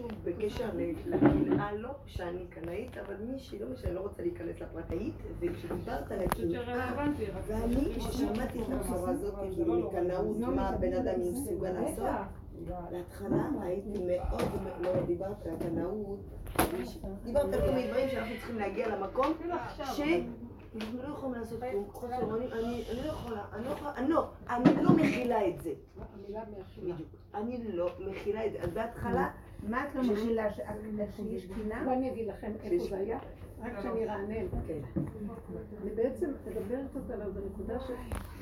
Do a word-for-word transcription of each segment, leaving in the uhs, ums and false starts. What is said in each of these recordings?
כתוב בקשר לקנאה לא שאני קנאית, אבל מישהי, לא משנה, לא רוצה להיכנס לפרטאית, וכשדיברת על הקנאה, ואני כששמעתי את הבשורה הזאת, כאילו מקנאות, מה הבן אדם מסוגל לעשות, להתחלה הייתי מאוד מאוד, דיברת על הקנאות, דיברת על כל מיני דברים שאנחנו צריכים להגיע למקום, ש... אנחנו לא יכולים לעשות כלום, חוסר אונים, אני לא יכולה, אני לא יכולה, אני לא, אני לא מכילה את זה. אני לא מכילה את זה. אז בהתחלה... מה את לא מכילה שיש קינה? בוא אני אגיד לכם איפה זה היה, רק שאני רענן. אני בעצם מדברת אותה עליו בנקודה ש...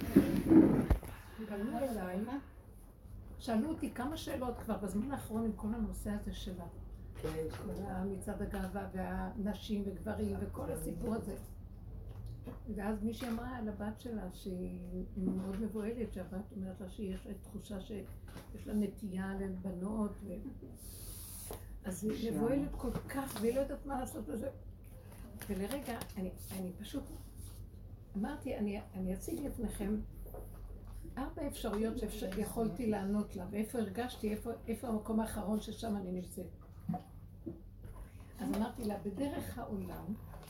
פנו אליי, שאלו אותי כמה שאלות כבר בזמן האחרון עם כל הנושא הזה שלה. מצד הגאווה והנשים וגברים וכל הסיפור הזה. ואז מישהי אמרה על הבת שלה שהיא מאוד מבועלת, שהבת אומרת לה שיש תחושה שיש לה נטייה לבנות ו... אז היא מבועלת כל כך והיא לא יודעת מה לעשות בזה. ולרגע, אני, אני פשוט אמרתי, אני, אני אציג לפניכם ארבע אפשרויות שיכולתי לענות לה ואיפה הרגשתי, איפה, איפה המקום האחרון ששם אני נמצאת. אז אמרתי לה, בדרך העולם,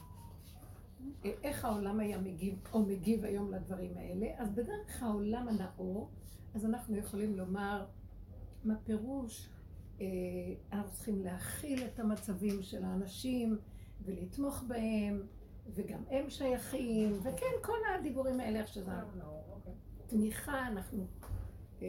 איך העולם היה מגיב או מגיב היום לדברים האלה, אז בדרך העולם הנאור, אז אנחנו יכולים לומר מה פירוש, אה, אנחנו צריכים להכיל את המצבים של האנשים ולתמוך בהם, וגם הם שייכים, וכן, כל הדיבורים האלה איך שזה תמיכה, אנחנו אה,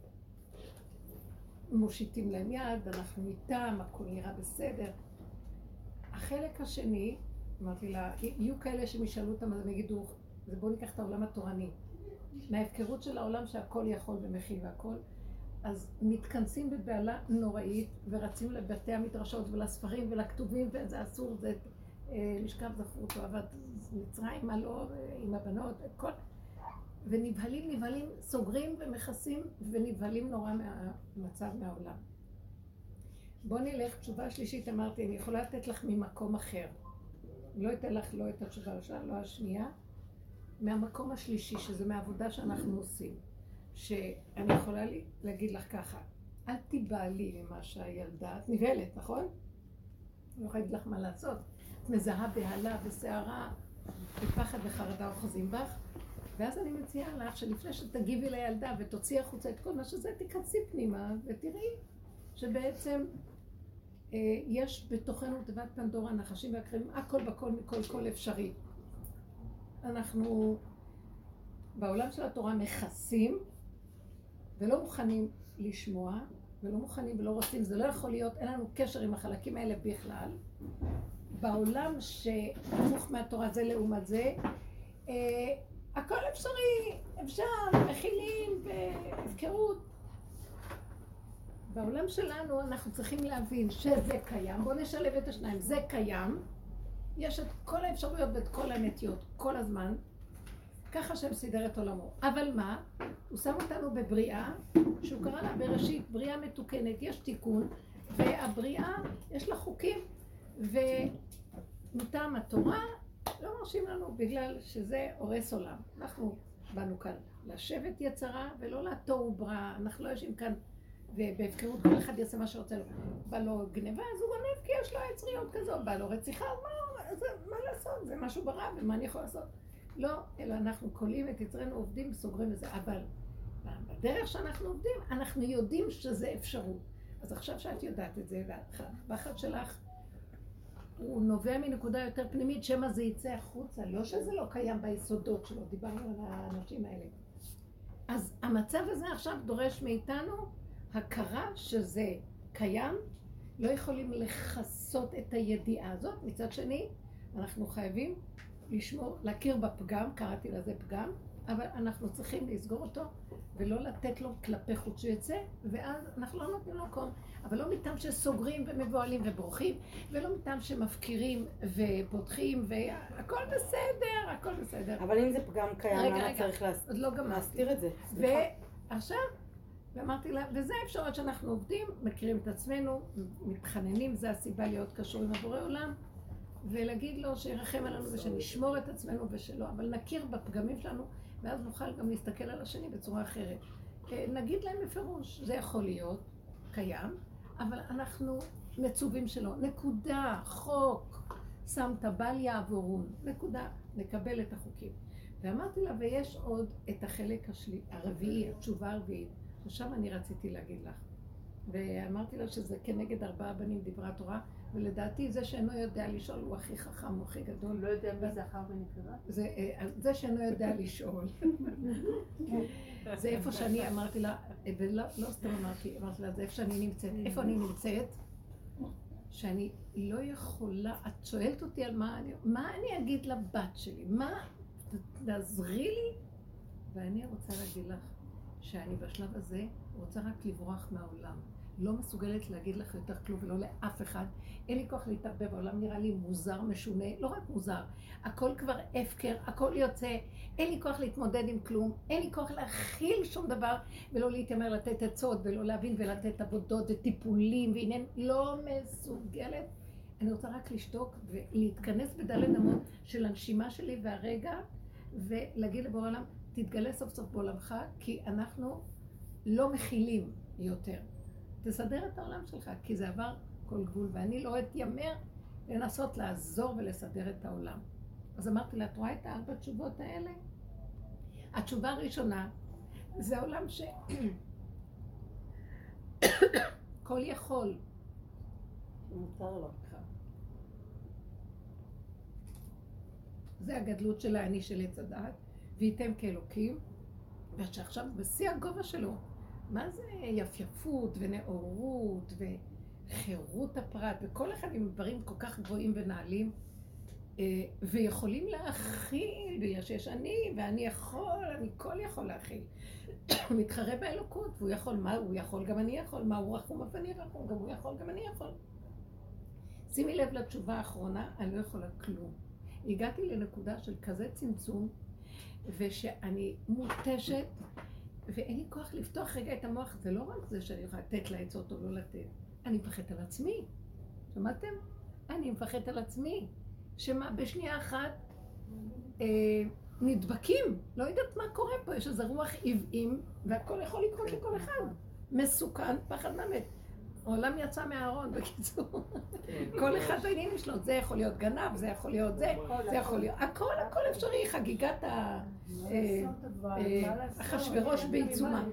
מושיטים להם יד, אנחנו איתם, הכל נראה בסדר. החלק השני, אמרתי לה, יהיו כאלה שמשאלו אותם, אז הם יגידו, בואו ניקח את העולם התורני. מההפקרות של העולם שהכל יכול ומכיל והכל, אז מתכנסים בבעלה נוראית ורצים לבתי המדרשות ולספרים ולכתובים, וזה אסור, זה לשכב זכרו אותו, אבל מצרים, מה לא, עם הבנות, הכל. ונבהלים, נבהלים, סוגרים ומכסים ונבהלים נורא מהמצב מהעולם. בוא נלך, תשובה שלישית, אמרתי, אני יכולה לתת לך ממקום אחר. לא אתן לך לא את התשובה הראשונה, לא השנייה. מהמקום השלישי, שזה מהעבודה שאנחנו עושים. שאני יכולה לי, להגיד לך ככה, אל תיבעלי ממה שהילדה, את נבהלת, נכון? אני לא יכולה להגיד לך מה לעשות. את מזהה בהלה וסערה, בפחד וחרדה אוחזים בך. ואז אני מציעה לך שלפני שתגיבי לילדה ותוציא החוצה את כל מה שזה, תיכנסי פנימה ותראי שבעצם אה, יש בתוכנו תיבת פנדורה, נחשים והקרבים, הכל בכל מכל כל אפשרי. אנחנו בעולם של התורה מכסים ולא מוכנים לשמוע ולא מוכנים ולא רוצים, זה לא יכול להיות, אין לנו קשר עם החלקים האלה בכלל. בעולם שהפוך מהתורה זה לעומת זה, אה, הכל אפשרי, אפשר, מכילים והפקרות. בעולם שלנו אנחנו צריכים להבין שזה קיים, בואו נשלב את השניים, זה קיים, יש את כל האפשרויות ואת כל הנטיות, כל הזמן, ככה שהם סידר את עולמו. אבל מה? הוא שם אותנו בבריאה, שהוא קרא לה בראשית, בריאה מתוקנת, יש תיקון, והבריאה יש לה חוקים, ומטעם התורה, לא מרשים לנו בגלל שזה הורס עולם. אנחנו באנו כאן לשבת יצרה ולא לתוהו ברא, אנחנו לא יושבים כאן ובהפקרות כל אחד יעשה מה שרוצה לו. בא לו גניבה, אז הוא גונב כי יש לו יצריות כזו, בא לו רציחה, אז מה, זה, מה לעשות? זה משהו ברע ומה אני יכול לעשות? לא, אלא אנחנו קולים את יצרנו, עובדים, סוגרים לזה, אבל בדרך שאנחנו עובדים, אנחנו יודעים שזה אפשרות. אז עכשיו שאת יודעת את זה, והפחד שלך הוא נובע מנקודה יותר פנימית, שמה זה יצא החוצה, לא שזה לא קיים ביסודות שלו, דיברנו על האנשים האלה. אז המצב הזה עכשיו דורש מאיתנו הכרה שזה קיים, לא יכולים לחסות את הידיעה הזאת, מצד שני אנחנו חייבים לשמור, להכיר בפגם, קראתי לזה פגם, אבל אנחנו צריכים לסגור אותו ולא לתת לו כלפי חוץ שיצא, ואז אנחנו לא נותנים לו מקום. אבל לא מטעם שסוגרים ומבועלים ובורחים, ולא מטעם שמפקירים ובוטחים, והכל בסדר, הכל בסדר. אבל אם זה פגם קיים, למה צריך להסתיר את זה? ועכשיו, ואמרתי לה, וזה האפשרות שאנחנו עובדים, מכירים את עצמנו, מתחננים, זה הסיבה להיות קשורים לבורא עולם, ולהגיד לו שירחם עלינו ושנשמור את עצמנו ושלא, אבל נכיר בפגמים שלנו, ואז נוכל גם להסתכל על השני בצורה אחרת. נגיד להם בפירוש, זה יכול להיות קיים, אבל אנחנו מצווים שלו, נקודה, חוק, שמת בל יעבורון, נקודה, נקבל את החוקים. ואמרתי לה, ויש עוד את החלק השלי, הרביעי, התשובה הרביעית, ששם אני רציתי להגיד לך. ואמרתי לה שזה כנגד ארבעה בנים דיברה תורה, ולדעתי זה שאינו יודע לשאול הוא הכי חכם, הוא הכי גדול. לא יודע מי זכר ונקבה? זה, זה שאינו יודע לשאול. זה איפה שאני אמרתי לה, ולא לא סתם אמרתי, אמרתי לה, זה איפה שאני נמצאת. איפה אני נמצאת? שאני לא יכולה, את שואלת אותי על מה אני, מה אני אגיד לבת שלי? מה, תעזרי לי? ואני רוצה להגיד לך שאני בשלב הזה רוצה רק לברוח מהעולם. לא מסוגלת להגיד לך יותר כלום ולא לאף אחד. אין לי כוח להתערבב בעולם, נראה לי מוזר, משונה, לא רק מוזר. הכל כבר הפקר, הכל יוצא. אין לי כוח להתמודד עם כלום, אין לי כוח להכיל שום דבר ולא להתאמר לתת עצות ולא להבין ולתת עבודות וטיפולים ועניין. לא מסוגלת. אני רוצה רק לשתוק ולהתכנס בדלת אמות של הנשימה שלי והרגע ולהגיד לבורא עולם, תתגלה סוף סוף בעולמך כי אנחנו לא מכילים יותר. תסדר את העולם שלך, כי זה עבר כל גבול, ואני לא אתיימר לנסות לעזור ולסדר את העולם. אז אמרתי לה, את רואה את הארבע תשובות האלה? התשובה הראשונה, זה העולם ש... כל יכול. מותר לו. זה הגדלות של האני של עץ הדעת, וייתם כאלוקים, ושעכשיו בשיא הגובה שלו, מה זה יפייפות ונאורות וחירות הפרט וכל אחד עם דברים כל כך גבוהים ונעלים ויכולים להכיל בגלל שיש אני ואני יכול, אני כל יכול להכיל מתחרה באלוקות והוא יכול, מה הוא יכול גם אני יכול, מה הוא רחום אבל אני רחום, גם הוא יכול גם אני יכול. שימי לב לתשובה האחרונה, אני לא יכולה כלום. הגעתי לנקודה של כזה צמצום ושאני מותשת ואין לי כוח לפתוח רגע את המוח. זה לא רק זה שאני יכולה לתת לעצות או לא לתת. אני מפחדת על עצמי. שמעתם? אני מפחדת על עצמי. שמה, בשנייה אחת אה, נדבקים. לא יודעת מה קורה פה. יש איזה רוח עבעים, והכל יכול לקרות לכל אחד. מסוכן, פחד מוות. העולם יצא מהארון, בקיצור. כל אחד העניינים שלו. זה יכול להיות גנב, זה יכול להיות זה, זה יכול להיות... הכל, הכל אפשרי. חגיגת ה... אחשוורוש בעיצומה.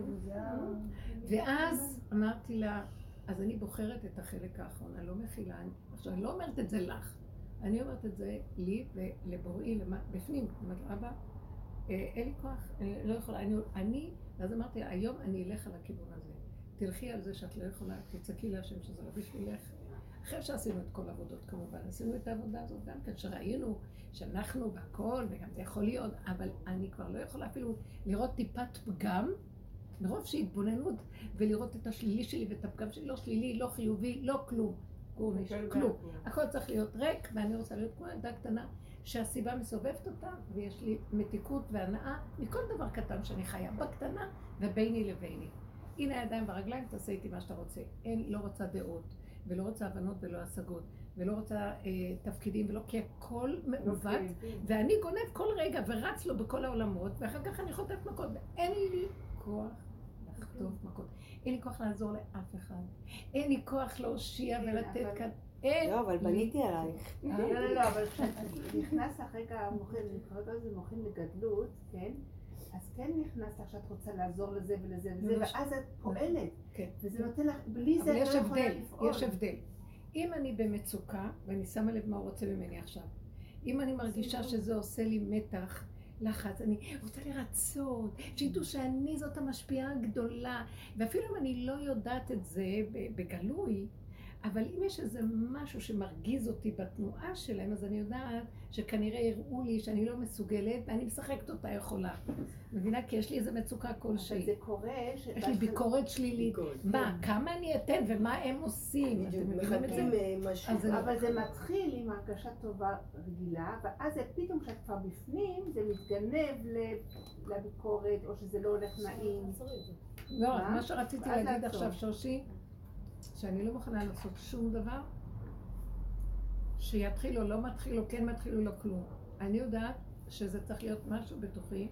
ואז אמרתי לה, אז אני בוחרת את החלק האחרון, אני לא מכילה, עכשיו אני לא אומרת את זה לך, אני אומרת את זה לי ולבוראי, בפנים, אמרת אבא, אין לי כוח, אני לא יכולה, אני, ואז אמרתי, היום אני אלך על הכיוון הזה, תלכי על זה שאת לא יכולה, תצעקי להשם שזה לא בשבילך. אחרי שעשינו את כל העבודות כמובן, עשינו את העבודה הזאת גם כן, שראינו שאנחנו בכל, וגם זה יכול להיות, אבל אני כבר לא יכולה אפילו לראות טיפת פגם, מרוב שהתבוננות, ולראות את השלילי שלי ואת הפגם שלי, לא שלילי, לא חיובי, לא כלום. כלום. הכל צריך להיות ריק, ואני רוצה להיות כמו ילדה קטנה, שהסיבה מסובבת אותה, ויש לי מתיקות והנאה מכל דבר קטן שאני חיה, בקטנה וביני לביני. הנה הידיים והרגליים, תעשה איתי מה שאתה רוצה. אין, לא רוצה דעות, ולא רוצה הבנות ולא השגות, ולא רוצה אה, תפקידים, ולא כי הכל מעוות, ואני גונב כל רגע ורץ לו בכל העולמות, ואחר כך אני חוטף מכות, ואין לי כוח לחטוף מכות. אין לי כוח לעזור לאף אחד. אין לי כוח להושיע ולתת כאן. אין. לא, אבל בניתי עלייך. לא, לא, לא, אבל כשנכנס לך רגע המוחין, נקראת לזה מוחין לגדלות, כן? אז כן נכנס לך שאת רוצה לעזור לזה ולזה וזה, ואז את פועלת. וזה נותן לך, בלי זה את לא יכולה לפעול. יש הבדל. אם אני במצוקה, ואני שמה לב מה הוא רוצה ממני עכשיו, אם אני מרגישה שזה עושה לי מתח, לחץ, אני רוצה לרצות, שידעו שאני זאת המשפיעה הגדולה, ואפילו אם אני לא יודעת את זה בגלוי, אבל אם יש איזה משהו שמרגיז אותי בתנועה שלהם, אז אני יודעת שכנראה יראו לי שאני לא מסוגלת, ואני משחקת אותה יכולה. מבינה? כי יש לי איזה מצוקה כלשהי. אבל זה קורה... יש לי ביקורת שלילית. מה, כמה אני אתן ומה הם עושים? אתם מבינים את זה? אבל זה מתחיל עם הרגשה טובה רגילה, ואז פתאום כשאת כבר בפנים, זה מתגנב לביקורת, או שזה לא הולך נעים. לא, מה שרציתי להגיד עכשיו, שושי, שאני לא מוכנה לעשות שום דבר שיתחיל או לא מתחיל או כן מתחיל או לא כלום. אני יודעת שזה צריך להיות משהו בתוכי.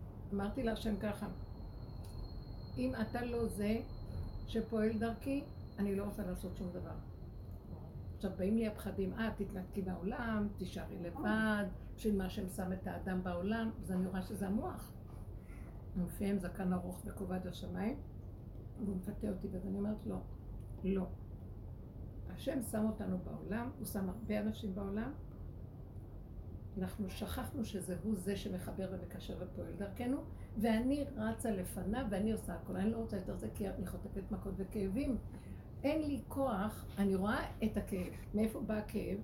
אמרתי להשם ככה, אם אתה לא זה שפועל דרכי, אני לא רוצה לעשות שום דבר. עכשיו באים לי הפחדים, אה, תתנתקי מהעולם, תישארי לבד, בשביל מה שהם שם את האדם בעולם, אז אני רואה שזה המוח. מופיעים זקן ארוך וכובד השמיים, והוא מפתה אותי, ואז אני אומרת לו, לא. השם שם אותנו בעולם, הוא שם הרבה אנשים בעולם, אנחנו שכחנו שזה הוא זה שמחבר ומקשר ופועל דרכנו, ואני רצה לפניו ואני עושה הכל. אני לא רוצה יותר זה כי אני חוטפת מכות וכאבים. אין לי כוח, אני רואה את הכאב. מאיפה בא הכאב?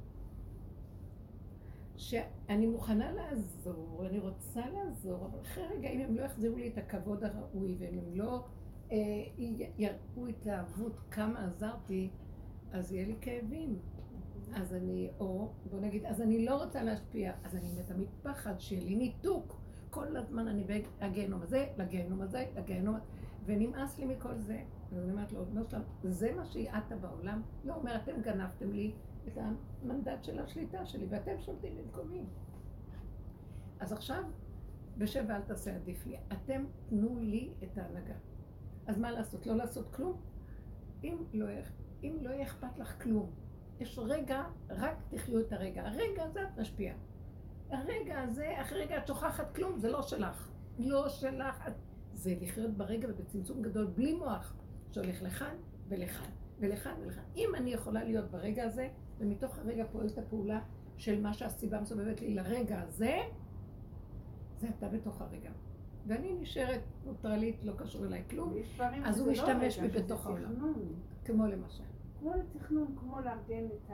שאני מוכנה לעזור, אני רוצה לעזור, אבל אחרי רגע אם הם לא יחזירו לי את הכבוד הראוי, והם לא אה, יראו התלהבות כמה עזרתי, אז יהיה לי כאבים. אז אני, או בוא נגיד, אז אני לא רוצה להשפיע, אז אני מתה מפחד שיהיה לי ניתוק. כל הזמן אני בגיהנום הזה, לגיהנום הזה, לגיהנום הזה, ונמאס לי מכל זה. אז אני אומרת לו, לא שלם, זה מה שהיית בעולם? לא, אומר, אתם גנבתם לי את המנדט של השליטה שלי, ואתם שולטים במקומי. אז עכשיו, בשב ואל תעשה עדיף לי, אתם תנו לי את ההנהגה. אז מה לעשות? לא לעשות כלום? אם לא, אם לא יהיה אכפת לך כלום, יש רגע, רק תחיו את הרגע. הרגע הזה את משפיעה. הרגע הזה, אחרי רגע את שוכחת כלום, זה לא שלך. לא שלך. זה לחיות ברגע ובצמצום גדול, בלי מוח, שהולך לכאן ולכאן, ולכאן ולכאן. אם אני יכולה להיות ברגע הזה, ומתוך הרגע פועלת הפעולה של מה שהסיבה מסובבת לי לרגע הזה, זה אתה בתוך הרגע. ואני נשארת נוטרלית, לא קשור אליי כלום, אז הוא משתמש בי בתוך העולם. כמו למשל. כמו לתכנון, כמו לארגן את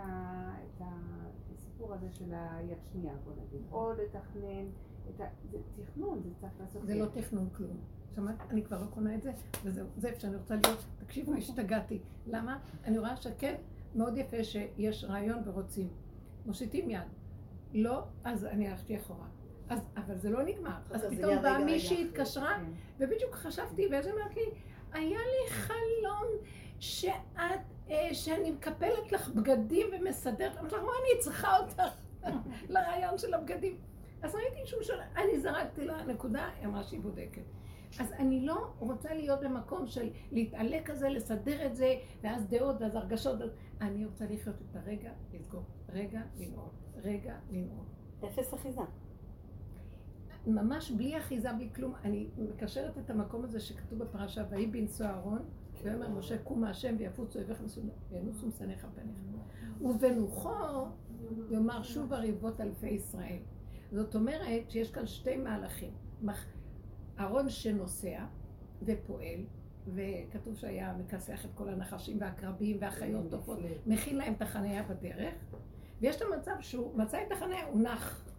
הסיפור הזה של היד שנייה, בוא נגיד. או לתכנן, זה תכנון, זה צריך לעשות... זה לא תכנון כלום. שמעת? אני כבר לא קונה את זה, וזהו, זה איפה שאני רוצה להיות. תקשיבו, השתגעתי. למה? אני רואה שכן, מאוד יפה שיש רעיון ורוצים. מושיטים יד. לא, אז אני הלכתי אחורה. אז, אבל זה לא נגמר. אז פתאום באה מישהי התקשרה, ובדיוק חשבתי, ואז אמרת לי, היה לי חלום שאת, שאני מקפלת לך בגדים ומסדרת. אמרת לך, מה אני צריכה אותך לרעיון של הבגדים? אז ראיתי שהוא שונה, אני זרקתי לה נקודה, היא אמרה שהיא בודקת. אז אני לא רוצה להיות במקום של להתעלה כזה, לסדר את זה, ואז דעות ואז הרגשות. אני רוצה לחיות את הרגע, לסגור, רגע לנעוד, רגע לנעוד. אפס אחיזה. ממש בלי אחיזה, בלי כלום. אני מקשרת את המקום הזה שכתוב בפרשה, ויהי בנשוא אהרון, ואומר משה קום מהשם ויפוצו אויביך וינוסו משנאיך פניך. ובנוחו יאמר שוב הריבות אלפי ישראל. זאת אומרת שיש כאן שתי מהלכים. אהרון שנוסע ופועל, וכתוב שהיה מכסח את כל הנחשים והקרבים והחיות טובות, מכין להם את החניה בדרך, ויש את המצב שהוא מצא את החניה, הוא נח.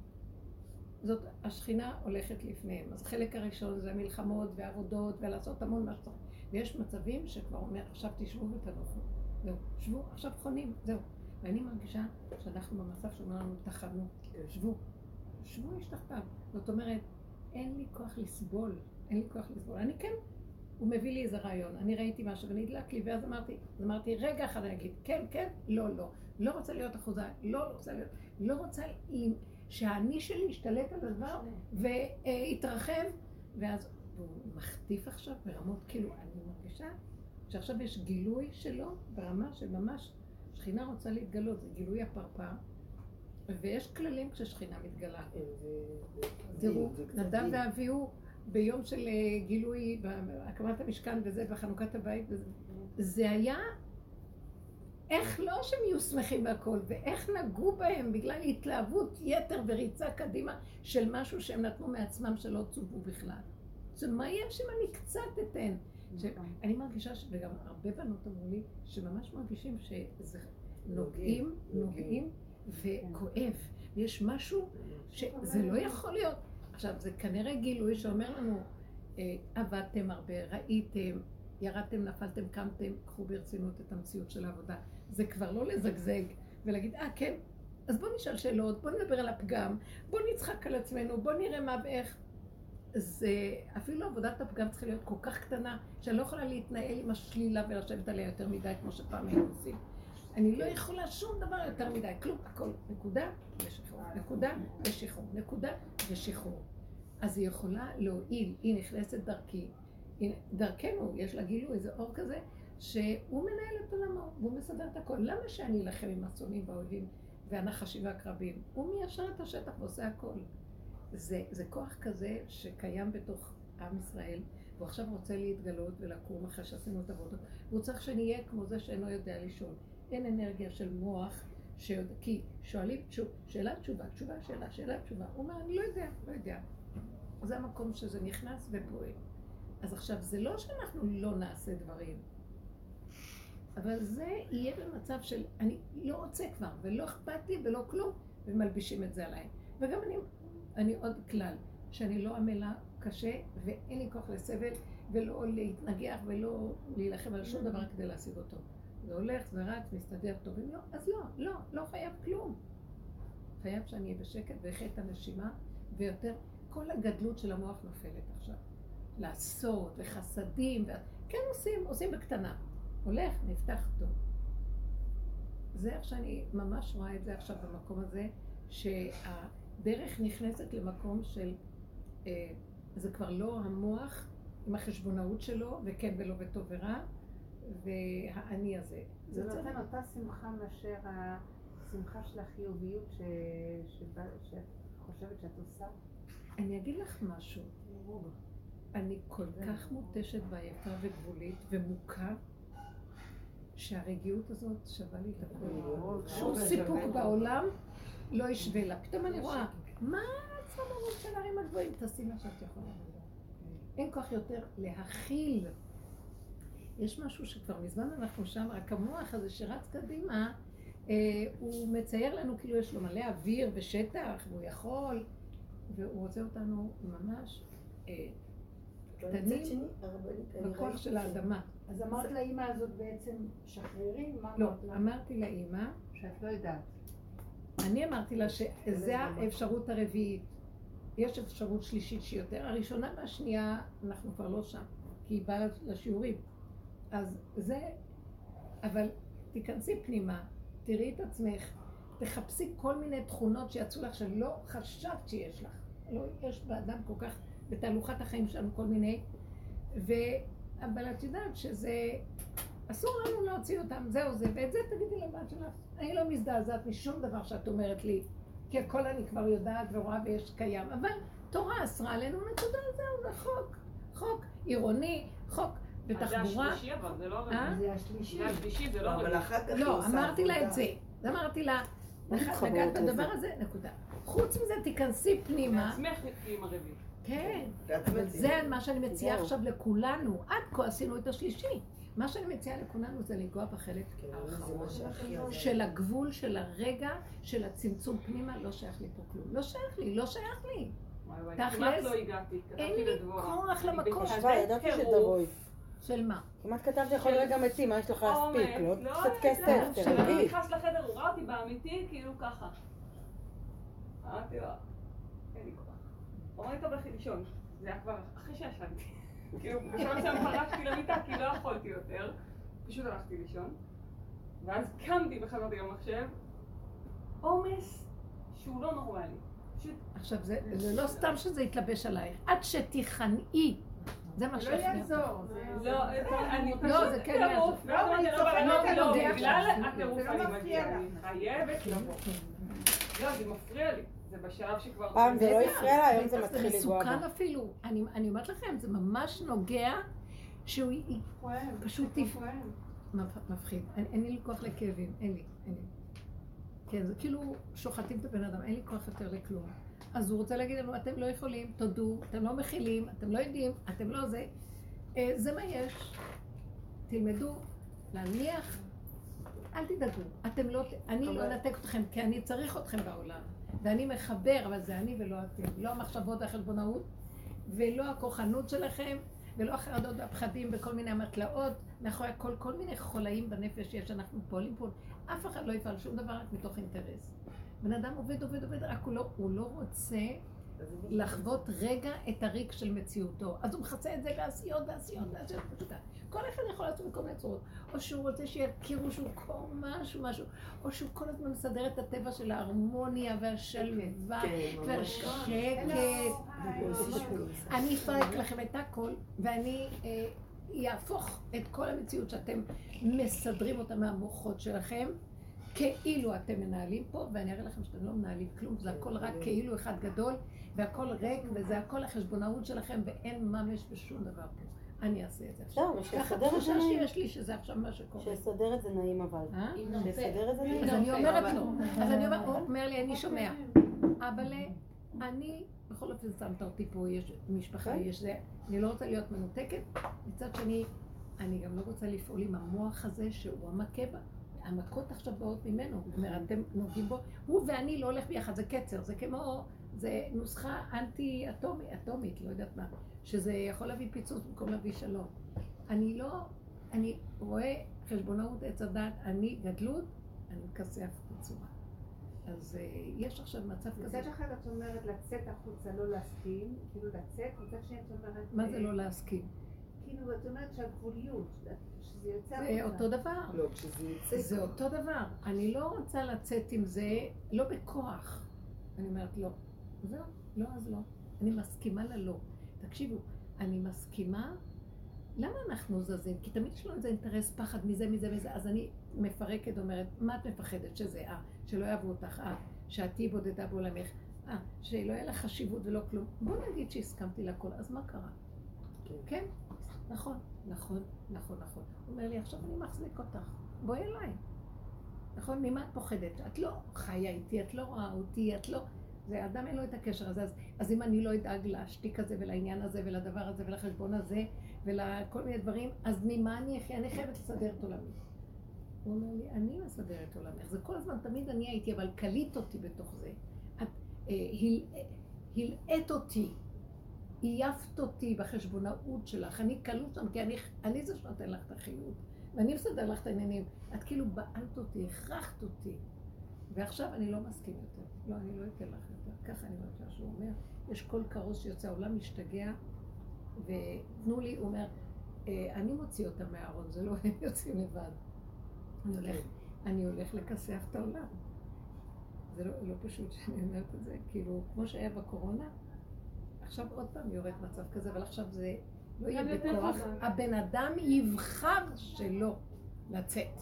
זאת השכינה הולכת לפניהם. אז חלק הראשון זה המלחמות והעבודות ולעשות המון מה שצריך. ויש מצבים שכבר אומר, עכשיו תשבו ותנוחו. זהו, שבו, עכשיו חונים, זהו. ואני מרגישה שאנחנו במצב שאומר לנו, תחנו, שבו. שבו יש תחתיו. זאת אומרת, אין לי כוח לסבול, אין לי כוח לסבול. אני כן, הוא מביא לי איזה רעיון, אני ראיתי משהו ונדלק לי, ואז אמרתי, אז אמרתי, רגע אחד אני אגיד, כן, כן, לא, לא. לא רוצה להיות אחוזה, לא רוצה להיות, לא רוצה שהאני שלי ישתלט על הדבר ויתרחב, ואז הוא מחטיף עכשיו ברמות, כאילו, אני מרגישה שעכשיו יש גילוי שלו ברמה שממש שכינה רוצה להתגלות, זה גילוי הפרפר, ויש כללים כששכינה מתגלה. תראו, נדב ואביהו ביום של גילוי, בהקמת המשכן וזה, בחנוכת הבית, זה היה איך לא שהם יהיו שמחים בהכל, ואיך נגעו בהם בגלל התלהבות יתר וריצה קדימה של משהו שהם נתנו מעצמם שלא צובו בכלל. זאת אומרת, מה יש אם אני קצת אתן? אני מרגישה, וגם הרבה בנות אמרו לי, שממש מרגישים שזה נוגעים, נוגעים וכואב. יש משהו שזה לא יכול להיות. עכשיו, זה כנראה גילוי שאומר לנו, עבדתם הרבה, ראיתם, ירדתם, נפלתם, קמתם, קחו ברצינות את המציאות של העבודה. זה כבר לא לזגזג ולהגיד, אה, כן, אז בוא נשאל שאלות, בוא נדבר על הפגם, בוא נצחק על עצמנו, בוא נראה מה ואיך. זה, אפילו עבודת הפגם צריכה להיות כל כך קטנה, שאני לא יכולה להתנהל עם השלילה ולשבת עליה יותר מדי, כמו שפעם היינו עושים. אני לא יכולה שום דבר יותר מדי, כלום, הכל, נקודה ושחרור, נקודה ושחרור, נקודה ושחרור. אז היא יכולה להועיל, היא נכנסת דרכי, דרכנו, יש לה גילו איזה אור כזה, שהוא מנהל את עולמו, והוא מסדר את הכל. למה שאני אלחם עם השונאים והאויבים והנחשים והקרבים? הוא מיישר את השטח ועושה הכל. זה, זה כוח כזה שקיים בתוך עם ישראל, והוא עכשיו רוצה להתגלות ולקום אחרי שעשינו את עבודות. והוא צריך שנהיה כמו זה שאינו יודע לשאול. אין אנרגיה של מוח, שיודע, כי שואלים תשוב, שאלה תשובה, תשובה, שאלה, שאלה תשובה. הוא אומר, אני לא יודע, לא יודע. זה המקום שזה נכנס ופועל. אז עכשיו, זה לא שאנחנו לא נעשה דברים, אבל זה יהיה במצב של, אני לא רוצה כבר, ולא אכפת לי ולא כלום, ומלבישים את זה עליי. וגם אני, אני עוד כלל, שאני לא עמלה קשה, ואין לי כוח לסבל, ולא להתנגח, ולא להילחם על שום דבר כדי להשיג אותו. זה הולך, זה רץ, מסתדר טוב, אם לא, אז לא, לא, לא חייב כלום. חייב שאני אהיה בשקט, ואחרי את הנשימה, ויותר, כל הגדלות של המוח נופלת עכשיו. לעשות, וחסדים, ו... כן עושים, עושים בקטנה. הולך, נפתח טוב. זה איך שאני ממש רואה את זה עכשיו במקום הזה, שהדרך נכנסת למקום של, אה, זה כבר לא המוח עם החשבונאות שלו, וכן ולא וטוב ורע, והאני הזה. זה נותן אותה שמחה מאשר השמחה של החיוביות ש... שבא... שאת חושבת שאת עושה? אני אגיד לך משהו. אני כל כך מותשת ועייפה וגבולית ומוכה, שהרגיעות הזאת שווה לי את הכל. שום סיפוק בעולם לא ישווה לה. פתאום אני רואה, מה הצמרות של הערים הגבוהים? תעשי מה שאת יכולה. אין כוח יותר להכיל. יש משהו שכבר מזמן אנחנו שם, רק המוח הזה שרץ קדימה, הוא מצייר לנו כאילו יש לו מלא אוויר ושטח, והוא יכול, והוא רוצה אותנו ממש קטנים בכוח של האדמה. אז אמרת לאמא הזאת בעצם שחררי? לא, אמרתי לאמא שאת לא יודעת. אני אמרתי לה שזה האפשרות הרביעית. יש אפשרות שלישית שיותר. הראשונה והשנייה אנחנו כבר לא שם, כי היא באה לשיעורים. אז זה, אבל תיכנסי פנימה, תראי את עצמך, תחפשי כל מיני תכונות שיצאו לך שלא חשבת שיש לך. לא, יש באדם כל כך, בתהלוכת החיים שלנו כל מיני, ו... אבל את יודעת שזה, אסור לנו להוציא אותם, זהו זה, ואת זה תגידי לבת שלך. אני לא מזדעזעת משום דבר שאת אומרת לי, כי הכל אני כבר יודעת ורואה ויש קיים, אבל תורה אסרה עלינו, נקודה, זהו, זה חוק, חוק עירוני, חוק בתחבורה. זה השלישי אבל, זה לא הרביעי. זה השלישי. זה השלישי, זה לא הרביעי. לא, אמרתי לה את זה, אמרתי לה, נגעת בדבר הזה, נקודה. חוץ מזה תיכנסי פנימה. לעצמך עם הרביעי. כן, אבל זה מה שאני מציעה עכשיו לכולנו. עד כה עשינו את השלישי. מה שאני מציעה לכולנו זה לנגוע בחלק האחרון של הגבול, של הרגע, של הצמצום פנימה. לא שייך לי פה כלום. לא שייך לי, לא שייך לי. כמעט לא הגעתי, אין לי כוח למקום. ידעתי שתבואי. של מה? כמעט כתבתי יכול רגע מתים, מה יש לך להספיק? לא קצת כסף, תרגיש. אני נכנס לחדר, הוא ראה אותי באמיתי, כאילו ככה. אמרתי לו, אין לי כוח. אמרתי לו בכי לישון, זה היה כבר אחרי שישנתי. כאילו, בשביל שם פרקתי למיטה, כי לא יכולתי יותר. פשוט הלכתי לישון. ואז קמתי וחזרתי למחשב. עומס שהוא לא נורמלי. עכשיו, זה לא סתם שזה יתלבש עלייך. עד שתיכנעי. זה מה שלא יעזור. לא, אני פשוט לא, זה כן יעזור. לא, אני לא נוגע עכשיו. בגלל הטירוף אני מגיעה. אני חייבת לבוא. לא, זה מפריע לי. זה בשלב שכבר... פעם זה לא הפריע לה, היום זה מתחיל לגוע בה. זה מסוכן אפילו. אני אומרת לכם, זה ממש נוגע שהוא פשוט מפחיד. אין לי כוח לכאבים, אין לי, אין לי. כן, זה כאילו שוחטים את הבן אדם, אין לי כוח יותר לכלום. אז הוא רוצה להגיד לנו, אתם לא יכולים, תודו, אתם לא מכילים, אתם לא יודעים, אתם לא זה. זה מה יש. תלמדו להניח, אל תדאגו. אתם לא, אני לא נתק אתכם, כי אני צריך אתכם בעולם. ואני מחבר, אבל זה אני ולא אתם. לא המחשבות והחשבונאות, ולא הכוחנות שלכם, ולא החרדות והפחדים בכל מיני המטלאות, מאחורי כל, כל מיני חולאים בנפש שיש, אנחנו פועלים פה. אף אחד לא יפעל שום דבר רק מתוך אינטרס. בן אדם עובד, עובד, עובד, רק הוא לא, הוא לא רוצה לחוות רגע את הריק של מציאותו. אז הוא מחצה את זה בעשיות, בעשיות, בעשיות פשוטה. כל אחד יכול לעשות מכל מיני צורות. או שהוא רוצה שיכירו שהוא קור משהו, משהו. או שהוא כל הזמן מסדר את הטבע של ההרמוניה והשלווה והשקט. אני אפרק לכם את הכל, ואני יהפוך את כל המציאות שאתם מסדרים אותה מהמוחות שלכם, כאילו אתם מנהלים פה, ואני אראה לכם שאתם לא מנהלים כלום, זה הכל רק כאילו אחד גדול, והכל ריק, וזה הכל החשבונאות שלכם, ואין ממש בשום דבר פה. אני אעשה את זה עכשיו. ככה תחושה שיש לי שזה עכשיו מה שקורה. שיסדר את זה נעים אבל. שיסדר את זה נעים. אז אני אומרת לו, אז אני אומרת, הוא אומר לי, אני שומע. אבל אני, בכל אופן שמת אותי פה, יש משפחה, יש זה, אני לא רוצה להיות מנותקת. מצד שני, אני גם לא רוצה לפעול עם המוח הזה שהוא המכה בה. המכות עכשיו באות ממנו, זאת אומרת, אתם נוגעים בו, הוא ואני לא הולך ביחד, זה קצר, זה כמו, זה נוסחה אנטי-אטומית, אטומית, לא יודעת מה, שזה יכול להביא פיצוץ במקום להביא שלום. אני לא, אני רואה חשבונאות עץ הדת, אני גדלות, אני מכסף בצורה. אז יש עכשיו מצב כזה. מצד אחד את אומרת לצאת החוצה, לא להסכים, כאילו לצאת, מצד שני את אומרת... מה זה לא להסכים? כאילו את אומרת שהגבוליות, שזה יוצא החוצה. זה אותו דבר. לא, כשזה יוצא. זה אותו דבר. אני לא רוצה לצאת עם זה, לא בכוח. אני אומרת לא. זהו, לא אז לא. אני מסכימה ללא. תקשיבו, אני מסכימה, למה אנחנו זזים? כי תמיד יש לנו איזה אינטרס פחד מזה, מזה, מזה. אז אני מפרקת, אומרת, מה את מפחדת? שזה, אה, שלא יאהבו אותך, אה, שאת תהיי בודדה בעולמך, אה, שלא יהיה לך חשיבות ולא כלום. בוא נגיד שהסכמתי לכל, אז מה קרה? כן? נכון, נכון, נכון, נכון. הוא אומר לי, עכשיו אני מחזיק אותך, בואי אליי. נכון? ממה את פוחדת? את לא חיה איתי, את לא רואה אותי, את לא... זה אדם אין לו את הקשר הזה, אז, אז אם אני לא אדאג להשתיק הזה ולעניין הזה ולדבר הזה ולחשבון הזה ולכל מיני דברים, אז ממה אני אחיה? אני חייבת לסדר את עולמי. הוא אומר לי, אני מסדר את עולמך. זה כל הזמן, תמיד אני הייתי, אבל קלית אותי בתוך זה. את אה, הלעת אותי. עייפת אותי בחשבונאות שלך, אני קלות שם, כי אני, אני זה שנותן לך את החיות, ואני מסדר לך את העניינים. את כאילו בעלת אותי, הכרחת אותי, ועכשיו אני לא מסכים יותר. לא, אני לא אתן לך יותר. ככה אני אומרת שהוא אומר, יש כל קרוס שיוצא, העולם משתגע, ותנו לי, הוא אומר, אני מוציא אותם מהארון, זה לא הם יוצאים לבד. אני הולך, אני הולך לכסח את העולם. זה לא, לא פשוט שאני אומרת את זה, כאילו, כמו שהיה בקורונה, עכשיו עוד פעם יורד מצב כזה, אבל עכשיו זה לא יהיה בכוח. הבן אדם יבחר שלא לצאת.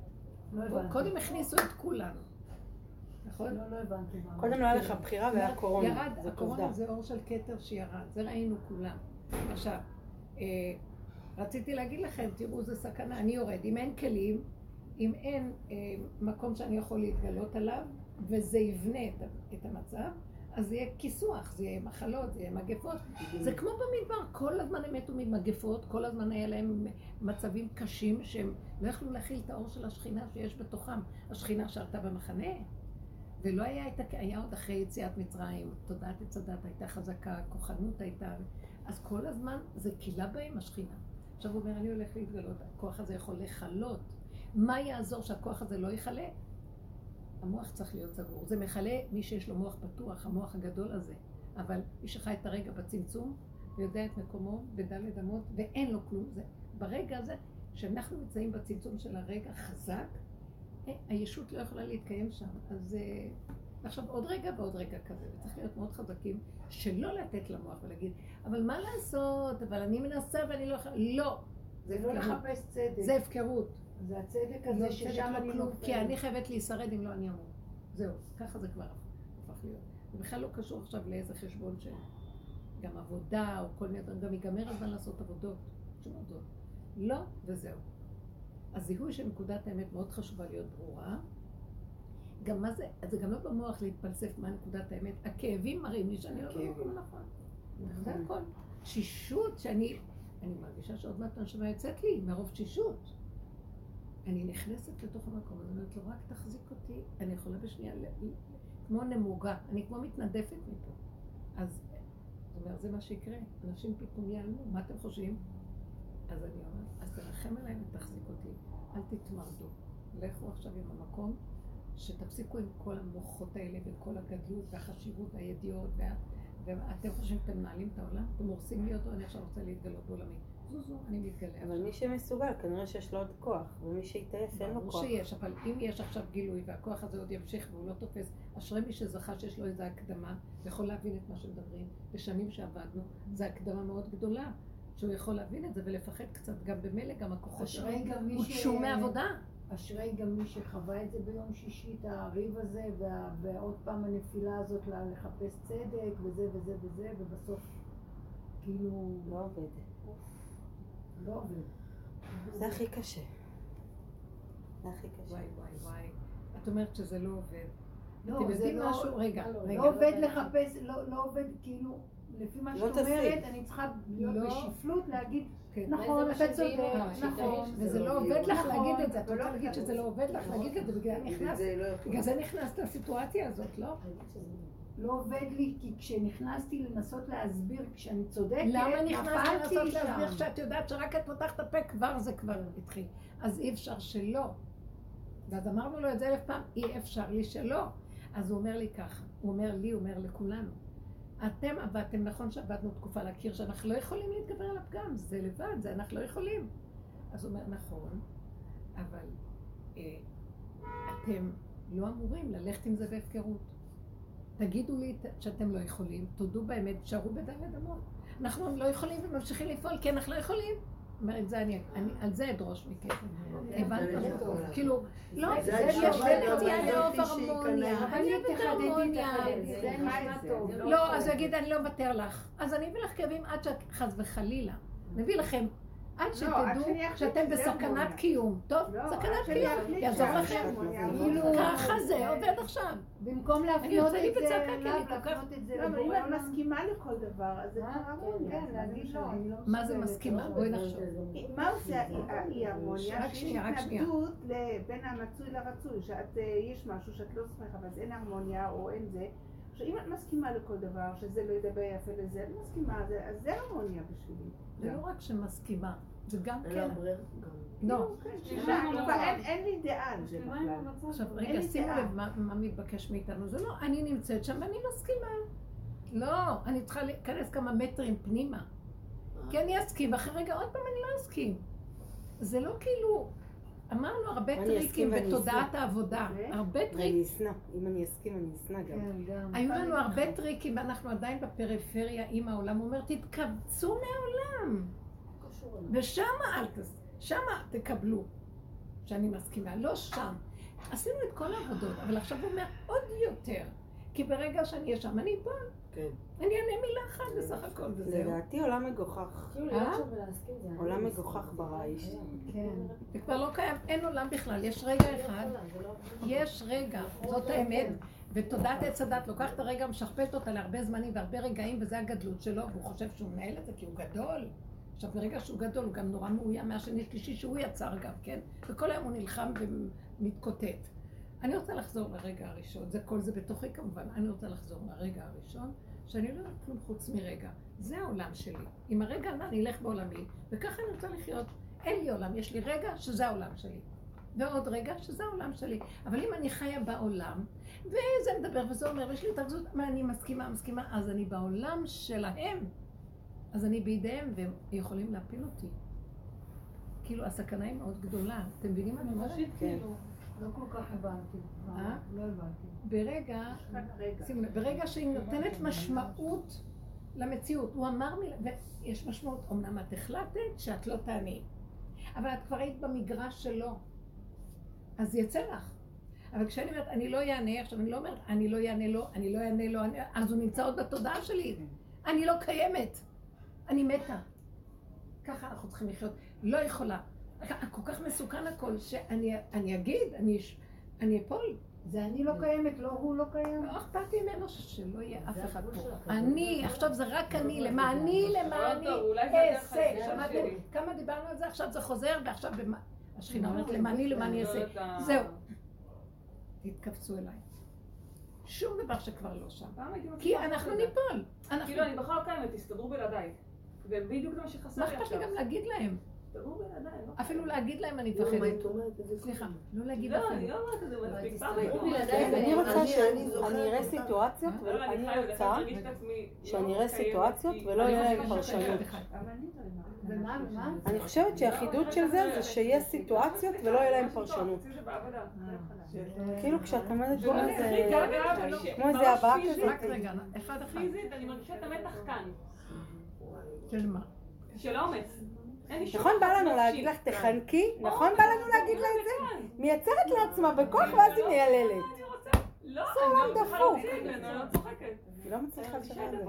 קודם הכניסו את כולנו. נכון? לא, לא הבנתי. קודם לא היה לך בחירה והיה קורונה. ירד, הקורונה זה אור של כתר שירד, זה ראינו כולם. עכשיו, רציתי להגיד לכם, תראו, זה סכנה, אני יורד. אם אין כלים, אם אין מקום שאני יכול להתגלות עליו, וזה יבנה את המצב, אז זה יהיה כיסוח, זה יהיה מחלות, זה יהיה מגפות. זה כמו במדבר, כל הזמן הם מתו ממגפות, כל הזמן היה להם מצבים קשים שהם לא יכלו להכיל את האור של השכינה שיש בתוכם. השכינה שרתה במחנה, ולא היה, את, היה עוד אחרי יציאת מצרים, תודעת הצדת הייתה חזקה, כוחנות הייתה, אז כל הזמן זה קילה בהם השכינה. עכשיו הוא אומר, אני הולך להתגלות, הכוח הזה יכול לחלות. מה יעזור שהכוח הזה לא יחלה? המוח צריך להיות סגור. זה מחלה מי שיש לו מוח פתוח, המוח הגדול הזה. אבל מי שחי את הרגע בצמצום, ויודע את מקומו בדלת אמות, ואין לו כלום. זה, ברגע הזה, שאנחנו נמצאים בצמצום של הרגע חזק, הישות לא יכולה להתקיים שם. אז עכשיו עוד רגע ועוד רגע כזה, וצריך להיות מאוד חזקים, שלא לתת למוח ולהגיד, אבל מה לעשות? אבל אני מנסה ואני לא יכולה... לא! זה לא לחפש צדק. זה הפקרות. זה הצדק הזה ששם אני לא... כי אני חייבת להישרד אם לא אני אמור. זהו, ככה זה כבר הפך להיות. זה בכלל לא קשור עכשיו לאיזה חשבון של גם עבודה או כל מיני דברים, גם ייגמר הזמן לעשות עבודות, שום עבודות. לא, וזהו. הזיהוי של נקודת האמת מאוד חשובה להיות ברורה. גם מה זה, זה גם לא במוח להתפלסף מה נקודת האמת. הכאבים מראים לי שאני לא במקום נכון. זה הכל. תשישות שאני, אני מרגישה שעוד מעט הנשמה יוצאת לי מרוב תשישות. אני נכנסת לתוך המקום, אני אומרת לו, רק תחזיק אותי, אני יכולה בשנייה, כמו נמוגה, אני כמו מתנדפת מפה. אז, זאת אומרת, זה מה שיקרה, אנשים פתאום ייעלמו, מה אתם חושבים? אז אני אומרת, אז תרחם עליי ותחזיק אותי, אל תתמרדו. לכו עכשיו עם המקום, שתפסיקו עם כל המוחות האלה, וכל הגדלות והחשיבות והידיעות, וה... ואתם חושבים שאתם מנהלים את העולם? אתם הורסים לי אותו, אני עכשיו רוצה להתגלות בעולמי. זו זו, אני מתגלה. אבל מי שמסוגל, כנראה שיש לו עוד כוח, ומי שיתעייף אין לו כוח. ברור שיש, אבל אם יש עכשיו גילוי והכוח הזה עוד ימשיך והוא לא תופס, אשרי מי שזכה שיש לו איזו הקדמה, ויכול להבין את מה שמדברים, בשנים שעבדנו, זו הקדמה מאוד גדולה, שהוא יכול להבין את זה ולפחד קצת, גם במילא, גם הכוחות שלו, הוא ש... שומע עבודה. אשרי גם מי שחווה את זה ביום שישי, את הריב הזה, וה... ועוד פעם הנפילה הזאת לחפש צדק, וזה וזה וזה, ובסוף כאילו... לא עובד. לא עובד. זה הכי קשה. זה הכי קשה. וואי וואי וואי. את אומרת שזה לא עובד. לא, אתם זה יודעים לא... משהו? רגע, רגע. לא עובד לחפש, לא עובד כאילו... לפי מה שאת אומרת, אני צריכה להיות לא. בשפלות להגיד, כן. נכון, אתה צודק, נכון. וזה לא עובד לך נכון. להגיד את זה, את רוצה להגיד שזה לא עובד לך להגיד את זה, בגלל נכנס, בגלל זה נכנסת לסיטואציה הזאת, לא? לא עובד לי, כי כשנכנסתי לנסות להסביר, כשאני צודקת, למה נכנסת לנסות נפלתי להסביר שם. שאת יודעת שרק את פותחת את הפה כבר זה כבר התחיל, אז אי אפשר שלא. ואז אמרנו לו את זה אלף פעם, אי אפשר לי שלא. אז הוא אומר לי ככה, הוא אומר לי, הוא אומר לכולנו, אתם עבדתם, נכון שעבדנו תקופה להכיר שאנחנו לא יכולים להתגבר על הפגם, זה לבד, זה אנחנו לא יכולים. אז הוא אומר, נכון, אבל אה, אתם לא אמורים ללכת עם זה בהפקרות. תגידו לי שאתם לא יכולים, תודו באמת, שערו בדלת אמות. אנחנו לא יכולים וממשיכים לפעול, כי אנחנו לא יכולים. אומרת, זה אני, על זה אדרוש מכם. הבנתי? כאילו, לא, יש בנטייה לאהוב הרמוניה, אני אוהבת הרמוניה. לא, אז הוא יגיד, אני לא מוותר לך. אז אני אביא לך כאבים עד שחס וחלילה. נביא לכם, עד שתדעו שאתם בסכנת קיום. טוב, סכנת קיום, יעזור לכם. ככה זה עובד עכשיו. במקום להפנות את זה אליו, להפנות את זה לא, אבל אם את מסכימה לכל דבר, אז זה כבר הרמוניה, להגיד לא, אני לא מסוגלת. מה זה מסכימה? בואי נחשוב. מה עושה האי הרמוניה? שיש התנגדות בין המצוי לרצוי, שיש משהו שאת לא שמחה, אבל אין הרמוניה או אין זה. עכשיו, אם את מסכימה לכל דבר, שזה לא ידבר יפה לזה, אני מסכימה, אז זה הרמוניה בשבילי. זה לא רק שמסכימה, זה גם כן. לא. אין לי דעה על זה בכלל. עכשיו, רגע, שימו לב מה מתבקש מאיתנו. זה לא, אני נמצאת שם ואני מסכימה. לא, אני צריכה להיכנס כמה מטרים פנימה. כי אני אסכים, ואחרי רגע עוד פעם אני לא אסכים. זה לא כאילו... אמרנו הרבה טריקים בתודעת העבודה, הרבה טריקים. אני אסנע, אם אני אסכים אני אסנע גם. היו לנו הרבה טריקים ואנחנו עדיין בפריפריה עם העולם, הוא אומר תתקבצו מהעולם ושמה אל תס... שמה תקבלו שאני מסכימה, לא שם. עשינו את כל העבודות, אבל עכשיו הוא אומר עוד יותר, כי ברגע שאני אהיה שם אני פה, אני אענה מילה אחת בסך הכל וזהו. לדעתי עולם מגוחך. עולם מגוחך ברעיש. כן. זה כבר לא קיים, אין עולם בכלל, יש רגע אחד, יש רגע, זאת האמת, ותודעת עץ הדת לוקח את הרגע, משכפלת אותה להרבה זמנים והרבה רגעים, וזה הגדלות שלו, והוא חושב שהוא מנהל את זה כי הוא גדול. עכשיו ברגע שהוא גדול הוא גם נורא מאוים מהשני שלישי שהוא יצר גם, כן? וכל היום הוא נלחם ומתקוטט. אני רוצה לחזור לרגע הראשון, זה כל זה בתוכי כמובן, אני רוצה לחזור לרגע הראשון, שאני לא יודעת כלום חוץ מרגע. זה העולם שלי. עם הרגע אני אלך בעולמי, וככה אני רוצה לחיות. אין לי עולם, יש לי רגע שזה העולם שלי. ועוד רגע שזה העולם שלי. אבל אם אני חיה בעולם, וזה מדבר וזה אומר, ויש לי התרכזות, מה אני מסכימה, מסכימה, אז אני בעולם שלהם. אז אני בידיהם, והם יכולים להפיל אותי. כאילו, הסכנה היא מאוד גדולה. אתם מבינים מה אני אומרת? כן. לא כל כך הבנתי. אה? לא הבנתי. ברגע, שימו לב, ברגע שהיא נותנת משמעות למציאות, הוא אמר מילה, ויש משמעות, אמנם את החלטת שאת לא תעני, אבל את כבר היית במגרש שלו, אז יצא לך. אבל כשאני אומרת, אני לא יענה, עכשיו אני לא אומרת, אני לא יענה לו, אני לא יענה לו, אז הוא נמצא עוד בתודעה שלי. אני לא קיימת, אני מתה. ככה אנחנו צריכים לחיות, לא יכולה. כל כך מסוכן הכל, שאני אגיד, אני אפול. זה אני לא קיימת, לא הוא לא קיים. לא אכפת ממנו שלא יהיה אף אחד פה. אני, עכשיו זה רק אני, למה אני, למה אני, אעשה. שמעתם כמה דיברנו על זה, עכשיו זה חוזר, ועכשיו השכינה אומרת למה אני, למה אני אעשה. זהו. תתקפצו אליי. שום דבר שכבר לא שם. כי אנחנו ניפול. כאילו אני בכלל קיימת, תסתדרו בלעדיי. ובדיוק זה מה שחסר לי עכשיו. מה אכפת לי גם להגיד להם? אפילו להגיד להם אני מפחדת. סליחה, לא להגיד לכם. לא, אני לא אומרת את זה, מספיק פעם. אני רוצה שאני אראה סיטואציות, ואני רוצה שאני אראה סיטואציות ולא יהיה להם פרשנות. אני חושבת שהחידוד של זה זה שיהיה סיטואציות ולא יהיה להם פרשנות. כאילו כשאת עומדת כמו איזה הבאה כזאת. רק רגע, אחד אחד. פיזית, אני מרגישה את המתח כאן. של מה? של אומץ. נכון בא לנו להגיד לך תחנקי? נכון בא לנו להגיד לה את זה? מייצרת לעצמה בכוח ואז היא מייללת. לא, אני לא צוחקת, אני לא צוחקת. היא לא מצליחה לשחרר את זה.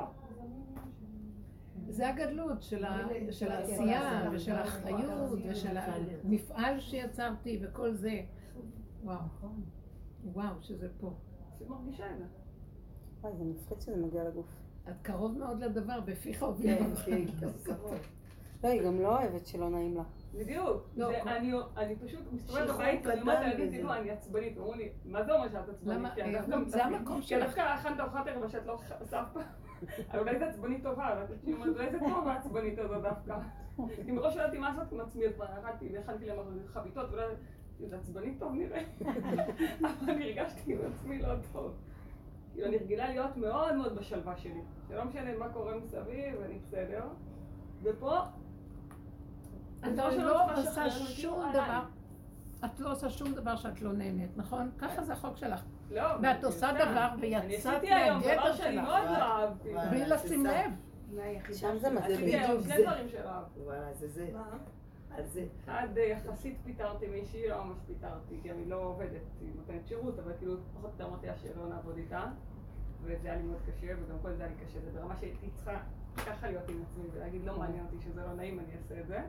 זה הגדלות של העשייה ושל האחריות ושל המפעל שיצרתי וכל זה. וואו, וואו שזה פה. את מרגישה את זה. וואי, זה מפחיד שזה מגיע לגוף. את קרוב מאוד לדבר, בפיך הוביל. כן, כן, לא, היא גם לא אוהבת שלא נעים לה. בדיוק. אני פשוט מסתובבת בבית, אני אומרת להגיד, תראו, אני עצבנית. אמרו לי, מה זה אומר שאת עצבנית? זה המקום שלך. כי דווקא הכנת ארוחת ערב שאת לא עושה אף פעם. אבל אולי זה עצבנית טובה, אולי זה טוב העצבנית הזו דווקא. אם בראש ידעתי מה לעשות עם עצמי, אז ירדתי והכנתי להם חביתות, ואולי זה עצבנית טוב נראה. אבל אני הרגשתי עם עצמי לא טוב. אני רגילה להיות מאוד מאוד בשלווה שלי. שלא משנה מה קורה מסביב, ואני בסדר. ופה... את לא עושה שום דבר. את לא עושה שום דבר שאת לא נהנית, נכון? ככה זה החוק שלך. לא. ואת עושה דבר ויצאת מהגדר שלך. בלי לשים לב. שם זה מתחיל. בדיוק שני דברים שלא אהבתי. וואלה, זה זה. על זה. עד יחסית פיתרתי מישהי, לא ממש פיתרתי, כי אני לא עובדת, היא נותנת שירות, אבל כאילו פחות יותר אמרתי שלא נעבוד איתה. וזה היה לי מאוד קשה, וגם כל זה היה לי קשה. זה ברמה שהייתי צריכה ככה להיות עם עצמי ולהגיד לא מעניין אותי שזה לא נעים, אני אעשה את זה.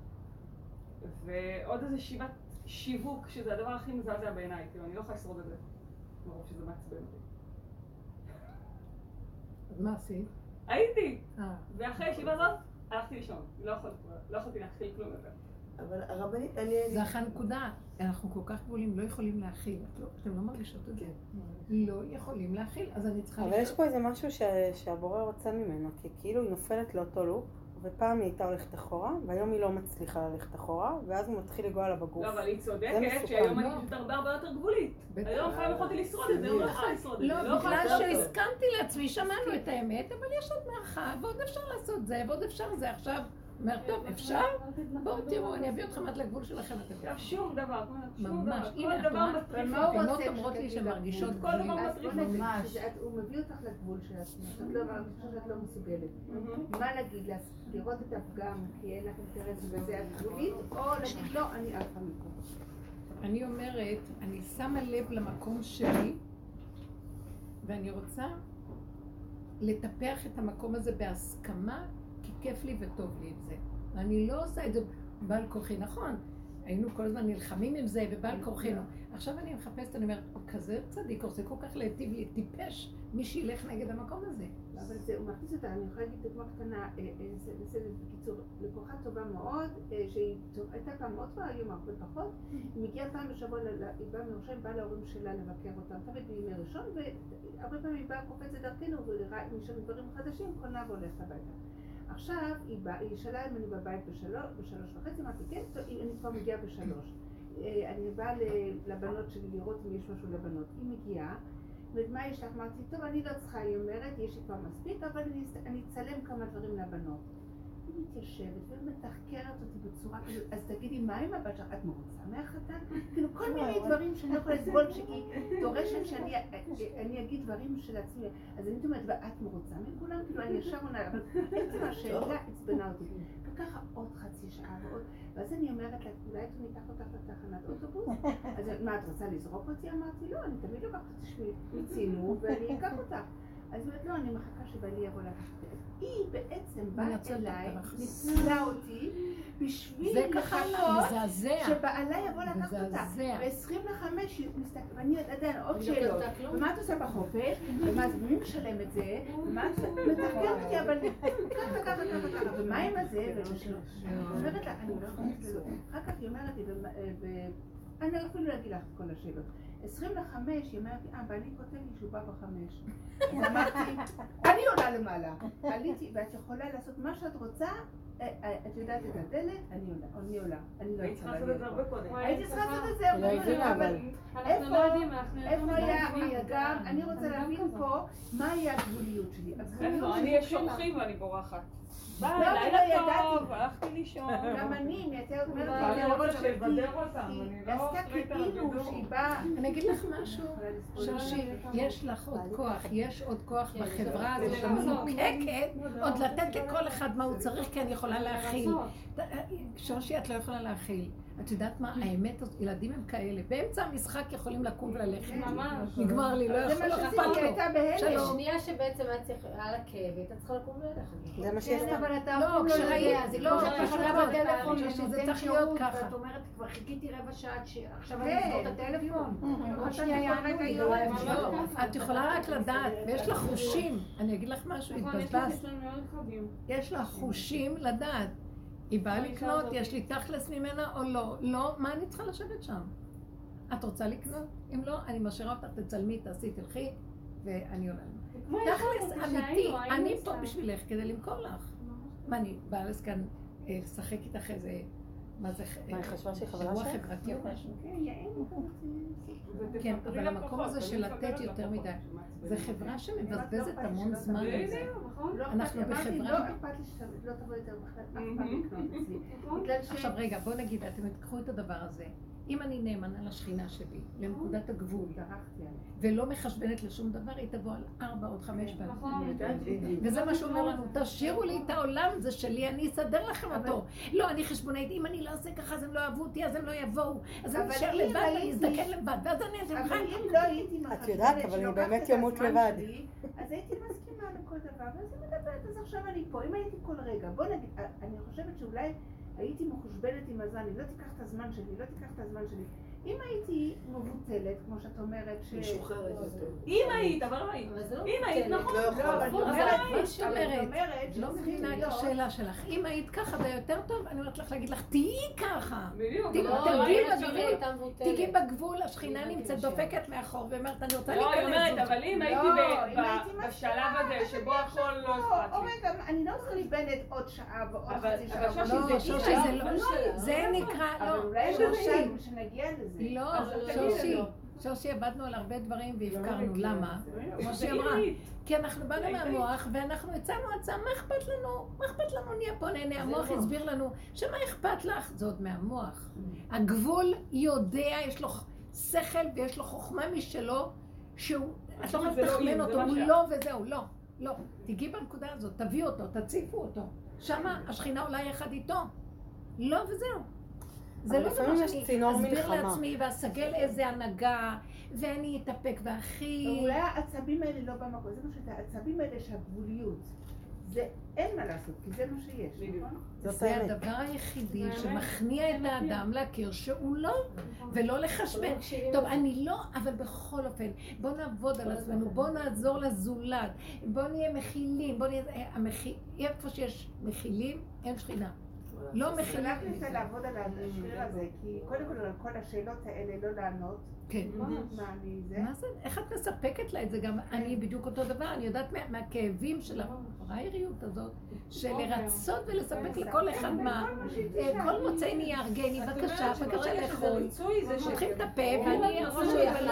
ועוד איזה שיבת שיווק, שזה הדבר הכי מזעזע בעיניי, כאילו אני לא יכולה לשרוד את זה. מרוב שזה מעצבן אותי. אז מה עשית? הייתי! ואחרי הישיבה הזאת, הלכתי לישון. לא יכולתי להתחיל כלום יותר. אבל הרבנית, אני... זה אחת נקודה. אנחנו כל כך גבולים, לא יכולים להכיל. אתם לא מרגישות את זה? לא יכולים להכיל, אז אני צריכה... אבל יש פה איזה משהו שהבורא רוצה ממנו, כי כאילו היא נופלת לאותו לופ, ופעם היא הייתה הולכת אחורה, והיום היא לא מצליחה ללכת אחורה, ואז הוא מתחיל לגוע לה בגוף. לא, אבל היא צודקת שהיום אני פשוט הרבה הרבה יותר גבולית. היום פעם יכולתי לשרוד את זה, אני לא יכולה לשרוד את זה. לא, בגלל שהסכמתי לעצמי, שמענו את האמת, אבל יש עוד מרחב, ועוד אפשר לעשות זה, ועוד אפשר זה. עכשיו, אומר, טוב, אפשר? בואו תראו, אני אביא אתכם עד לגבול שלכם. שום דבר, שום ממש. דבר. כל דבר מטריף אותי. בנות אומרות לי שמרגישות כל דבר מטריף אותי. הוא מביא אותך לגבול של עצמך, את לא מסוגלת. מה להגיד לה? לראות את הפגם, כי אין לך אינטרס בזה הגבולית, או להגיד לא, אני עפה מפה. אני אומרת, אני שמה לב למקום שלי, ואני רוצה לטפח את המקום הזה בהסכמה, כי כיף לי וטוב לי עם זה. אני לא עושה את זה בעל כורחי, נכון. היינו כל הזמן נלחמים עם זה ובעל כורחינו. עכשיו אני מחפשת, אני אומרת, כזה צדיק, זה כל כך להיטיב לי, טיפש, מי שילך נגד המקום הזה. אבל זה, הוא מכניס אותה, אני יכולה להגיד דוגמה קטנה, בסדר, בקיצור, לקוחה טובה מאוד, שהיא הייתה פעם עוד פעם, היום הרבה פחות, היא מגיעה פעם בשבוע, היא באה מראשון, באה להורים שלה לבקר אותם, תמיד בימי ראשון, והרבה פעמים היא באה קופצת דרכנו, וראה אם יש שם דברים חדשים, קונה והולכת הביתה. עכשיו, היא, בא, היא שאלה אם אני בבית בשלוש, בשלוש וחצי, אמרתי, כן, טוב, אני כבר מגיעה בשלוש. אני באה לבנות שלי לראות אם יש משהו לבנות. היא מגיעה, ומה יש לך? אמרתי, טוב, אני לא צריכה, היא אומרת, יש לי כבר מספיק, אבל אני, אני אצלם כמה דברים לבנות. היא מתיישבת ומתחקרת אותי בצורה כזאת, אז תגידי, מה עם הבת שלך? את מרוצה מהחתן? כאילו, כל מיני דברים שאני לא יכולה לסבול, שהיא דורשת שאני אגיד דברים של עצמי. אז אני אומרת, ואת מרוצה מכולם? כאילו, אני ישר עונה, אבל עצם השאלה עצבנה אותי. וככה עוד חצי שעה ועוד, ואז אני אומרת לה, אולי אתה ניקח אותך לתחנת אוטובוס? אז מה, את רוצה לזרוק אותי? אמרתי, לא, אני תמיד לוקחת אותי מצינו, ואני אקח אותך. אז היא אומרת, לא, אני מחכה שבעלי יבוא לקחת. היא בעצם באה אליי, ניצלה אותי, בשביל לחכות שבעלה יבוא לקחת אותה. ב-עשרים וחמש, ואני עדיין עוד שאלות. ומה את עושה בחופש? ומה מי משלם את זה? ומה את מתחקרת אותי, אבל ככה, ככה, ככה, ככה. ומה עם הזה? אני אומרת לה, אני לא יכולה לזה. אחר כך היא אומרת לי, אני לא אפילו להגיד לך את כל השאלות. עשרים וחמש, היא אומרת לי, אה, בעלי כותב לי שהוא בא בחמש. אז אמרתי, אני עולה למעלה. עליתי, ואת יכולה לעשות מה שאת רוצה, את יודעת את הדלת, אני עולה, אני עולה. אני לא צריכה לעשות את זה הרבה קודם. הייתי צריכה לעשות את זה הרבה קודם, אבל איפה היה גם, אני רוצה להבין פה, מה היה הגבוליות שלי. איפה, אני יש שורחים ואני בורחת. ביי, לילה טוב, הלכתי לישון. גם אני, מי הייתה אומרת אני לי, רוצה לבדר אותם, אני לא עשתה כאילו שהיא באה... אני אגיד לך משהו, שושי, יש לך עוד כוח, יש עוד כוח בחברה הזאת המנוקקת, עוד לתת לכל אחד מה הוא צריך, כי אני יכולה להכיל. שושי, את לא יכולה להכיל. את יודעת מה? האמת, ילדים הם כאלה. באמצע המשחק יכולים לקום וללכת. נגמר לי, לא יכול אכפת לו. שלום. שנייה שבעצם את צריכה על הכאב, הייתה צריכה לקום וללכת. זה מה שהיא עשתה. אבל אתה לא, כשראיתי, לא, זה פשוט בטלפון, זה צריך להיות ככה. ואת אומרת, כבר חיכיתי רבע שעה, עכשיו אני אסגור את הטלפון. את יכולה רק לדעת, ויש לך חושים. אני אגיד לך משהו, התבזבז. יש לך חושים לדעת. היא באה לקנות, יש לי תכלס ממנה או לא? לא, מה אני צריכה לשבת שם? את רוצה לקנות? אם לא, אני משאירה אותך, תצלמי, תעשי, תלכי, ואני עולה. תכלס אמיתי, אני פה בשבילך כדי למכור לך. מה, אני באה לסכן לשחק איתך איזה... מה זה? מה, היא חשבה שהיא חברה שלך? חברתי או משהו? כן, אבל המקום הזה של לתת יותר מדי, זה חברה שמבזבזת המון זמן לזה. אנחנו בחברה... לא אכפת לי שאתה לא תבוא יותר בכלל, אף פעם לקנות אצלי. עכשיו רגע, בוא נגיד, אתם תקחו את הדבר הזה. אם אני נאמנה לשכינה שלי, לנקודת הגבול, ולא מחשבנת לשום דבר, היא תבוא על ארבע עוד חמש פעמים. וזה מה שאומר לנו, תשאירו לי את העולם, זה שלי, אני אסדר לכם אותו. לא, אני חשבונאית, אם אני לא אעשה ככה, אז הם לא אהבו אותי, אז הם לא יבואו. אז אני אשאר לבד, אני אזדקן לבד, ואז אני אעשה אבל אם לא הייתי מחשבנת, את יודעת, אבל אני באמת ימות לבד. אז הייתי מסכימה לכל דבר, ואז היא מדברת, אז עכשיו אני פה. אם הייתי כל רגע, בוא נגיד, אני חושבת שאולי הייתי מחושבנת עם הזמן, היא לא תיקח את הזמן שלי, לא תיקח את הזמן שלי. אם הייתי מבוטלת, כמו שאת אומרת, ש... משוחררת יותר. אם היית, אבל לא היית. אם היית, נכון. לא יכול. אבל מה זאת אומרת? לא שצריכים מבינה את להיות- השאלה שלך. אם היית ככה זה יותר טוב, אני אומרת לך להגיד לך, תהיי ככה. בדיוק. תגידי לא, בגבול, הייתה מבוטלת. תגידי בגבול, השכינה נמצאת דופקת מאחור ואומרת, אני רוצה לא, היא אומרת, להיכנס. אבל אם הייתי לא, ב- אם ב- הייתי בשלב מסכימה, הזה אז שבו אני הכל עכשיו לא פה. אכפת או לי. רגע, אני לא מחשבנת עוד שעה ועוד אבל- חצי אבל שעה. שושי, ועוד- לא, זה- שושי, זה לא, זה נקרא, אבל לא, אולי שושי. עכשיו שנגיע לזה. לא, אז תגידי שושי, לו. שושי, עבדנו על הרבה דברים והפקרנו, למה? כמו שהיא אמרה, כי אנחנו באנו מהמוח ואנחנו הצענו הצעה, מה אכפת לנו? מה אכפת לנו? נהיה פה נהנה, המוח הסביר לנו שמה אכפת לך? זה עוד מהמוח. הגבול יודע, יש לו שכל ויש לו חוכמה משלו, שהוא, את לא יכולה לתכמן אותו, הוא לא וזהו, לא, לא. תגיעי בנקודה הזאת, תביאו אותו, תציפו אותו. שמה השכינה עולה יחד איתו. לא וזהו. זה לא דבר שאני אסביר לעצמי ואסגל איזה הנהגה ואני אתאפק והכי... אולי העצבים האלה לא במקום, זה מה שאתה, העצבים האלה שהגבוליות, זה אין מה לעשות, כי זה מה שיש, נכון? זה הדבר היחידי שמכניע את האדם להכיר שהוא לא, ולא לחשבן. טוב, אני לא, אבל בכל אופן, בוא נעבוד על עצמנו, בוא נעזור לזולת, בוא נהיה מכילים, בוא נהיה... איפה שיש מכילים, אין שכינה. לא מכילים. אני רוצה לעבוד על השריר הזה, כי קודם כל על כל השאלות האלה לא לענות. כן. מה אני זה? מה זה? איך את מספקת לה את זה? גם אני בדיוק אותו דבר, אני יודעת מהכאבים של הפראייריות הזאת, של לרצות ולספק לכל אחד מה, כל מוצאי נייר, גני, בבקשה, בבקשה לאכול, פותחים את הפה ואני רוצה שהוא יחלה,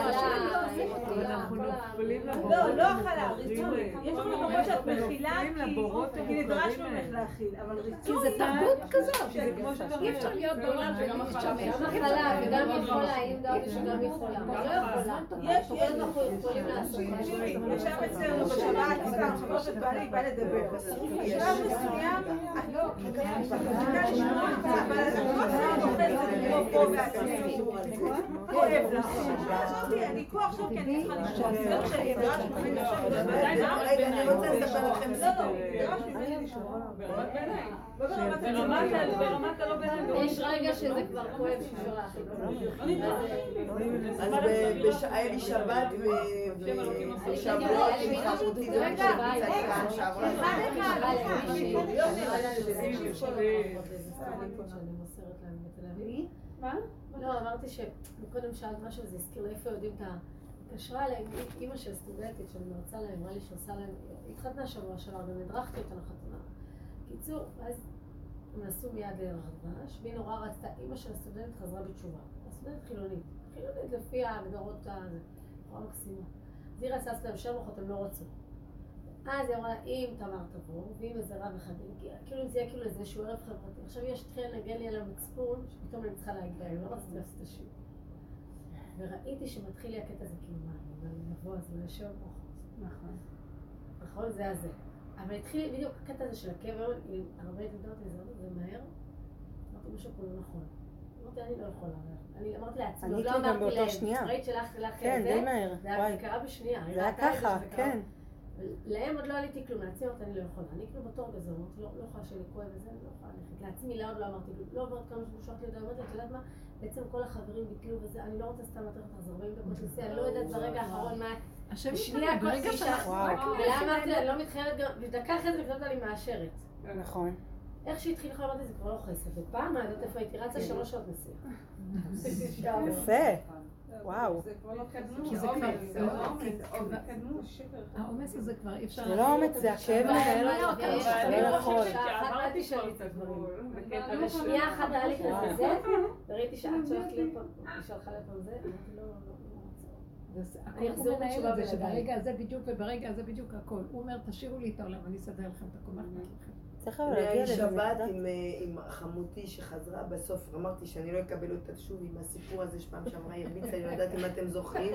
לא, לא אכלה, ריצוי. יש לנו מקומות שאת מכילה כי נדרש ממך להכיל, אבל ריצוי... כי זה תרבות כזאת, אי אפשר להיות בעולם ולהשתמש. גם אכלה וגם יכולה, אם דעתי שגם יכולה. לא יכולה. יש, יש. אנחנו יכולים לעשות משהו. ישב אצלנו בשבת, סתם, שלוש את בעלי, בא לדבר. בשלב מסוים, לא, הייתה לשמוע את זה, אבל את לא צריכה אוכלת כמו פה בעצמי. כואב לך. אני פה עכשיו כי אני צריכה לשמוע. זה לא שאני נדרש ממני לשמוע. רגע, אני רוצה לספר לכם סיפור. נדרש ממני לשמוע. ברמת ביניים. ברמת הלא ביניים. יש רגע שזה כבר כואב ששולח. אז היה לי שבת ושבועות שחברותי זה משבית כאן שעברה. מה? לא, אמרתי שקודם שאלת משהו, זה הזכיר לאיפה יודעים את ה... התקשרה אליי, אימא של סטודנטית שאני מרצה להם, אמרה לי שעושה להם, התחתנה שבוע שעבר והדרכתי אותה לחתונה. קיצור, אז הם נסעו מיד לרעש, והיא נורא רצתה, אימא של הסטודנטית חזרה בתשובה. הסטודנטית חילונית, חילונית לפי ההגדרות הזה, נורא מקסימה. אז היא רצה לעשות להם שבועות, הם לא רצו. אז היא אמרה, אם תמר תבוא, ואם איזה רב אחד יגיע, כאילו אם זה יהיה כאילו איזשהו ערב חברתי. עכשיו יש תחילה נגן לי על המצפון, שפתאום אני צריכה להגיע, אני לא רציתי לעשות את השיעור. וראיתי שמתחיל לי הקטע הזה, כאילו מה, אני נבוא, אז הוא יושב בחוץ. נכון. נכון, זה הזה. אבל התחיל בדיוק הקטע הזה של הכאב, עם הרבה תדעות לזהות את זה מהר, אמרתי משהו פה לא נכון. אמרתי, אני לא יכולה. אני אמרתי לעצמי, אני גם באותו שנייה. ראית שלך, לך כן, די מהר. זה קרה בשנייה. זה היה ככה, כן. להם עוד לא עליתי כלום, לעצמי אמרתי, אני לא יכולה. אני כאילו בתור בזה, אמרתי, לא יכולה שלי כואב וזה, אני לא יכולה ללכת. לעצמי לעוד לא אמרתי, לא עוברת כמה שבושות לי, אמרתי, את יודעת מה? בעצם כל החברים ביטלו וזה, אני לא רוצה סתם לתת לך ארבעים דקות לסי, אני לא יודעת ברגע האחרון מה... השם שנייה, ברגע שלך... ולמה אמרתי לה, אני לא מתחייבת גם, ודקה אחרי זה כתבת לי מאשרת. נכון. איך שהתחיל לך אמרתי, זה כבר לא חסד. ופעם, אני יודעת איפה הייתי רצה שלוש שעות נסיעה. יפה. וואו. זה כבר לא קדמו, זה כבר העומס הזה כבר אי אפשר... זה לא עומס, זה הכאב מגלה אותך, אתה לא יכול. אמרתי שלי את הדברים. בשנייה אחת היה לי כזה זה, וראיתי שאת שולחת לי פה, היא שלחה לי פה זה, אמרתי לא, לא, אני אחזור בתשובה בלעדיי. שברגע הזה בדיוק וברגע הזה בדיוק הכל. הוא אומר, תשאירו לי את העולם, אני אסדר לכם את הכל. צריך אבל להגיע לזה. שבת עם חמותי שחזרה בסוף, אמרתי שאני לא אקבל אותה שוב עם הסיפור הזה שפעם שעברה הרביצה, אני לא יודעת אם אתם זוכרים.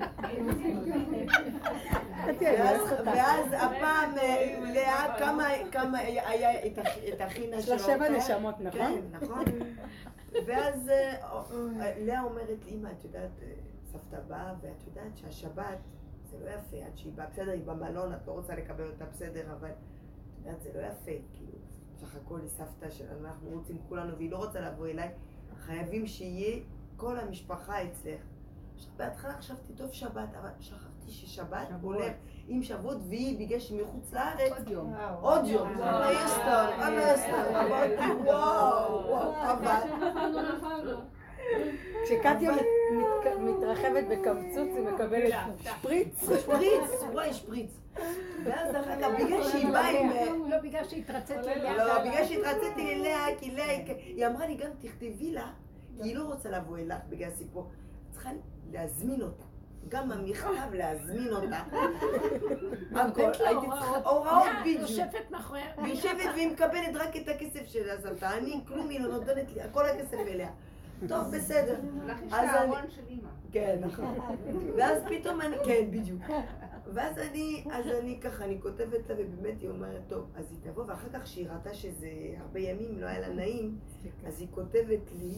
ואז הפעם לאה, כמה היה את החינה שלו. של השבע נשמות, נכון? כן, נכון. ואז לאה אומרת לי, אמא, את יודעת, סבתא באה, ואת יודעת שהשבת זה לא יפה עד שהיא באה, בסדר, היא במלון, את לא רוצה לקבל אותה בסדר, אבל את יודעת, זה לא יפה, כאילו. סך הכל היא סבתא שלנו, אנחנו רוצים כולנו, והיא לא רוצה לבוא אליי, חייבים שיהיה כל המשפחה אצלך. עכשיו, בהתחלה חשבתי טוב שבת, אבל שכחתי ששבת הולך עם שבועות, והיא בגלל שהיא מחוץ לארץ, עוד יום, עוד יום, זה לא יסתר, לא יסתר, אמרתי וואו, וואו, אבל... כשקטיה מתרחבת בקמצוץ, היא מקבלת שפריץ. שפריץ, וואי, שפריץ. ואז אחר כך, בגלל שהיא באה עם... לא, בגלל שהתרצית ללאה. לא, בגלל שהתרציתי ללאה, כי לאה, היא אמרה לי גם תכתבי לה, כי היא לא רוצה לבוא אלך בגלל סיפור. צריכה להזמין אותה. גם המכתב להזמין אותה. הכל, הייתי צריכה, הוראות בדיוק. יושבת מאחורי... יושבת והיא מקבלת רק את הכסף של הסבתא. אני, כלום היא לא נותנת לי, כל הכסף אליה. טוב, בסדר. לך יש את הארון של אמא. כן, נכון. ואז פתאום אני, כן, בדיוק. ואז אני, אז אני ככה, אני כותבת לה, ובאמת היא אומרת, טוב, אז היא תבוא, ואחר כך שהיא ראתה שזה הרבה ימים, לא היה לה נעים, אז היא כותבת לי,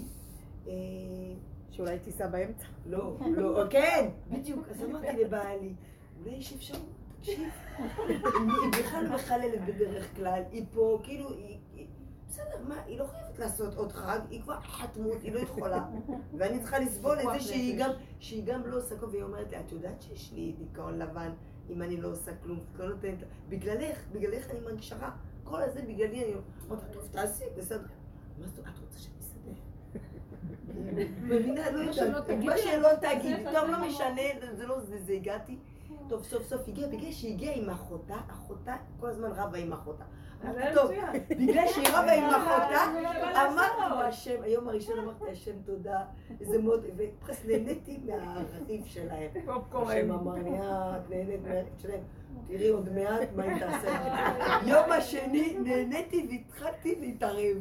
שאולי תיסע באמצע. לא, לא, כן, בדיוק. אז אמרתי לבעלי, אולי יש אפשרות, תקשיב. היא בכלל מחללת בדרך כלל, היא פה, כאילו, היא... בסדר, מה, היא לא חייבת לעשות עוד חג, היא כבר חתמות, היא לא יכולה. ואני צריכה לסבול את זה שהיא גם, שהיא גם לא עושה כלום, והיא אומרת לי, את יודעת שיש לי דיכאון לבן, אם אני לא עושה כלום, את לא נותנת, בגללך, בגללך אני מרגישה רע. כל הזה בגללי, אני אומרת, טוב, תעשי, בסדר. מה זאת, את רוצה שאני אסדר? מבינה, לא יודעת, מה שלא תגיד, טוב, לא משנה, זה לא זה, זה הגעתי. טוב, סוף סוף הגיעה, בגלל שהיא הגיעה עם אחותה, אחותה כל הזמן רבה עם אחותה. טוב, בגלל שהיא רבה עם אחותה, אמרתי השם, היום הראשון אמרתי השם תודה, איזה מאוד, ופרס נהניתי מהריב שלהם. השם אמר לי, את נהנית מהריב שלהם, תראי עוד מעט מה היא תעשה. יום השני נהניתי והתחלתי להתערב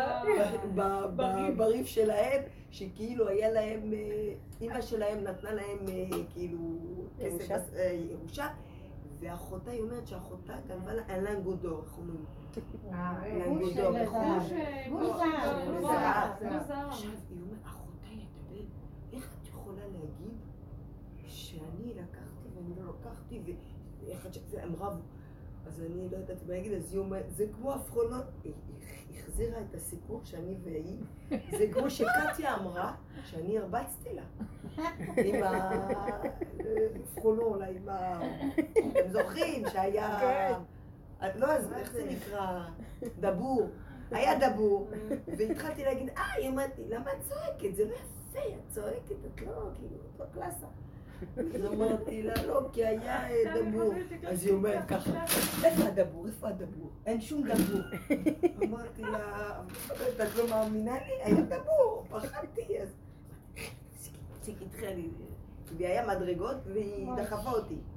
בריב שלהם, שכאילו היה להם, אמא שלהם נתנה להם כאילו ירושה, ואחותה, היא אומרת שאחותה גנבה לה לנגודור, איך אומרים? לנגודור, איך אומרים? עכשיו היא אומרת, אחותה יתבל, איך את יכולה להגיד שאני לקחתי ואני לא לקחתי ואיך את שזה, הם רבו. אז אני לא יודעת מה להגיד, אז היא אומרת, זה כמו הפכונות, היא החזירה את הסיפור שאני והיא, זה כמו שקטיה אמרה, שאני הרבצתי לה. עם הפכונו, אולי עם ה... אתם זוכרים שהיה... לא, אז איך זה נקרא? דבור. היה דבור, והתחלתי להגיד, אה, היא אמרת לי, למה את צועקת? זה לא יפה, את צועקת, את לא, כאילו, את לא קלאסה. אז אמרתי לה, לא, כי היה דבור. אז היא אומרת ככה, איפה הדבור? איפה הדבור? אין שום דבור. אמרתי לה, את לא מאמינה לי? היה דבור, פחדתי. אז תפסיקי, תפסיקי, התחילה לי. והיא היה מדרגות והיא דחפה אותי.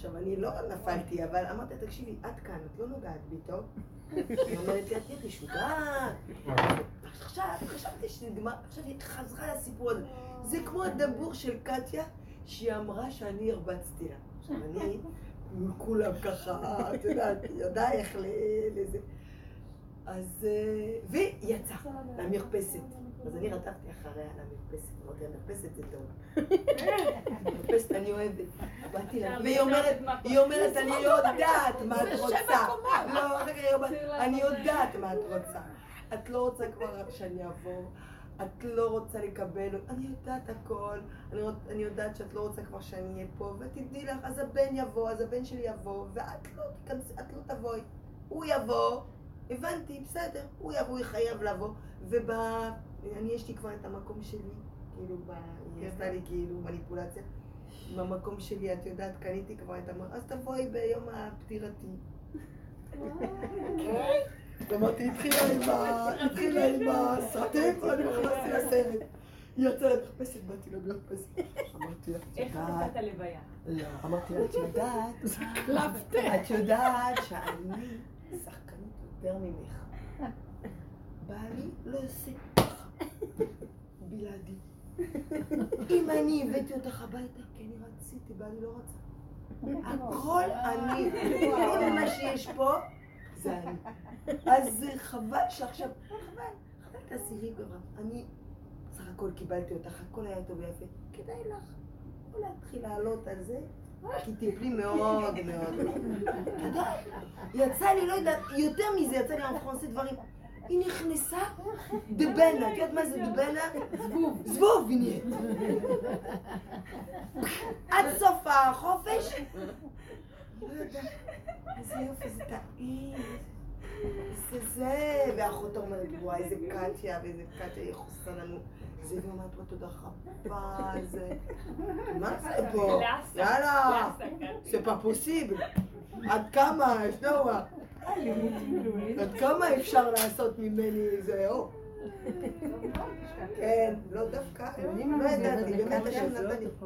עכשיו, אני לא נפלתי, אבל אמרתי, תקשיבי, עד כאן, את לא נוגעת בי, טוב? היא אומרת לי, את תהיה משוגעת. עכשיו, חשבתי שנגמר, עכשיו היא חזרה לסיפור הזה. זה כמו הדבור של קטיה, שהיא אמרה שאני הרבצתי לה. עכשיו, אני, כולם ככה, את יודעת, ידעה איך לזה. אז, והיא יצאה למרפסת. אז אני רדפתי אחריה למרפסת, אמרתי, המרפסת זה טוב. המרפסת אני אוהבת. באתי לה, והיא אומרת, היא אומרת, אני יודעת מה את רוצה. לא, רגע, היא אומרת, אני יודעת מה את רוצה. את לא רוצה כבר שאני אעבור, את לא רוצה לקבל, אני יודעת הכל, אני יודעת שאת לא רוצה כבר שאני אהיה פה, ותדעי לך, אז הבן יבוא, אז הבן שלי יבוא, ואת לא תיכנסי, את לא תבואי. הוא יבוא, הבנתי, בסדר, הוא יבוא, הוא חייב לבוא, וב... אני יש לי כבר את המקום שלי, כאילו, היא עשתה לי כאילו מניפולציה. במקום שלי, את יודעת, קניתי כבר את המקום, אז תבואי ביום הפטירתי. אמרתי, התחילה עם הסרטים, ואני נכנסתי לסרט. היא יצאה למרפסת, באתי למרפסת. אמרתי לה, את יודעת... איך חתת הלוויה? לא, אמרתי לה, את יודעת... את יודעת שאני שחקנית יותר ממך. בעלי לא עושה ככה, בלעדי. אם אני הבאתי אותך הביתה, כי אני רציתי, בעלי לא רצה. הכל אני, כל מה שיש פה, זה אני. אז חבל שעכשיו, חבל, חבל תעשירי גרם. אני סך הכל קיבלתי אותך, הכל היה טוב ויפה. כדאי לך, לא להתחיל לעלות על זה, כי טיפלי מאוד מאוד. כדאי. יצא לי, לא יודעת, יותר מזה, יצא לי המפרנסי דברים. היא נכנסה דבנה, את יודעת מה זה דבנה? זבוב. זבוב היא נהיית. עד סוף החופש? לא יודעת, איזה יופי, זה טעים. זה זה, ואחותו אומרת, וואי, איזה קטיה, ואיזה קטיה יחוסה לנו. זה והיא אומרת, וואי, תודה רבה, זה... מה זה פה? יאללה, זה pas possible. עד כמה, שנואה? עד כמה אפשר לעשות ממני זה, או? כן, לא דווקא, לא ידעתי, באמת השם נתן לי.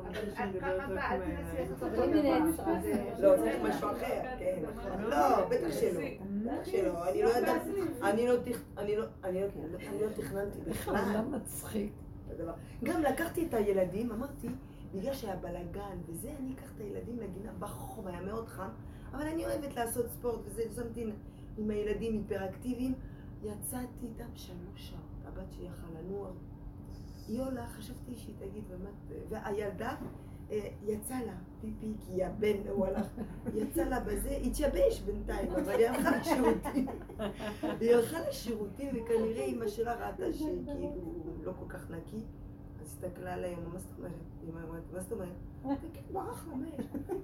לא, זה משהו אחר, כן, לא, בטח שלא, בטח שלא, אני לא יודעת, אני לא תכננתי בכלל. לא מצחיק. גם לקחתי את הילדים, אמרתי, בגלל שהיה בלגן וזה, אני אקח את הילדים לגינה בחום, היה מאוד חם, אבל אני אוהבת לעשות ספורט וזה, שמתי עם הילדים היפראקטיביים, יצאתי איתם שלוש שעות, הבת שלי יכל לנוע, היא עולה, חשבתי שהיא תגיד, והילדה יצא לה פיפי, כי הבן הוא הלך, יצא לה בזה, התייבש בינתיים, אבל היא הלכה לשירותים, היא הלכה לשירותים וכנראה אמא שלה ראתה שכאילו לא כל כך נקי, אז הסתכלה עליי, מה זאת אומרת? אמא אומרת, מה זאת אומרת? אמרתי, כן, ברח לה, מה יש?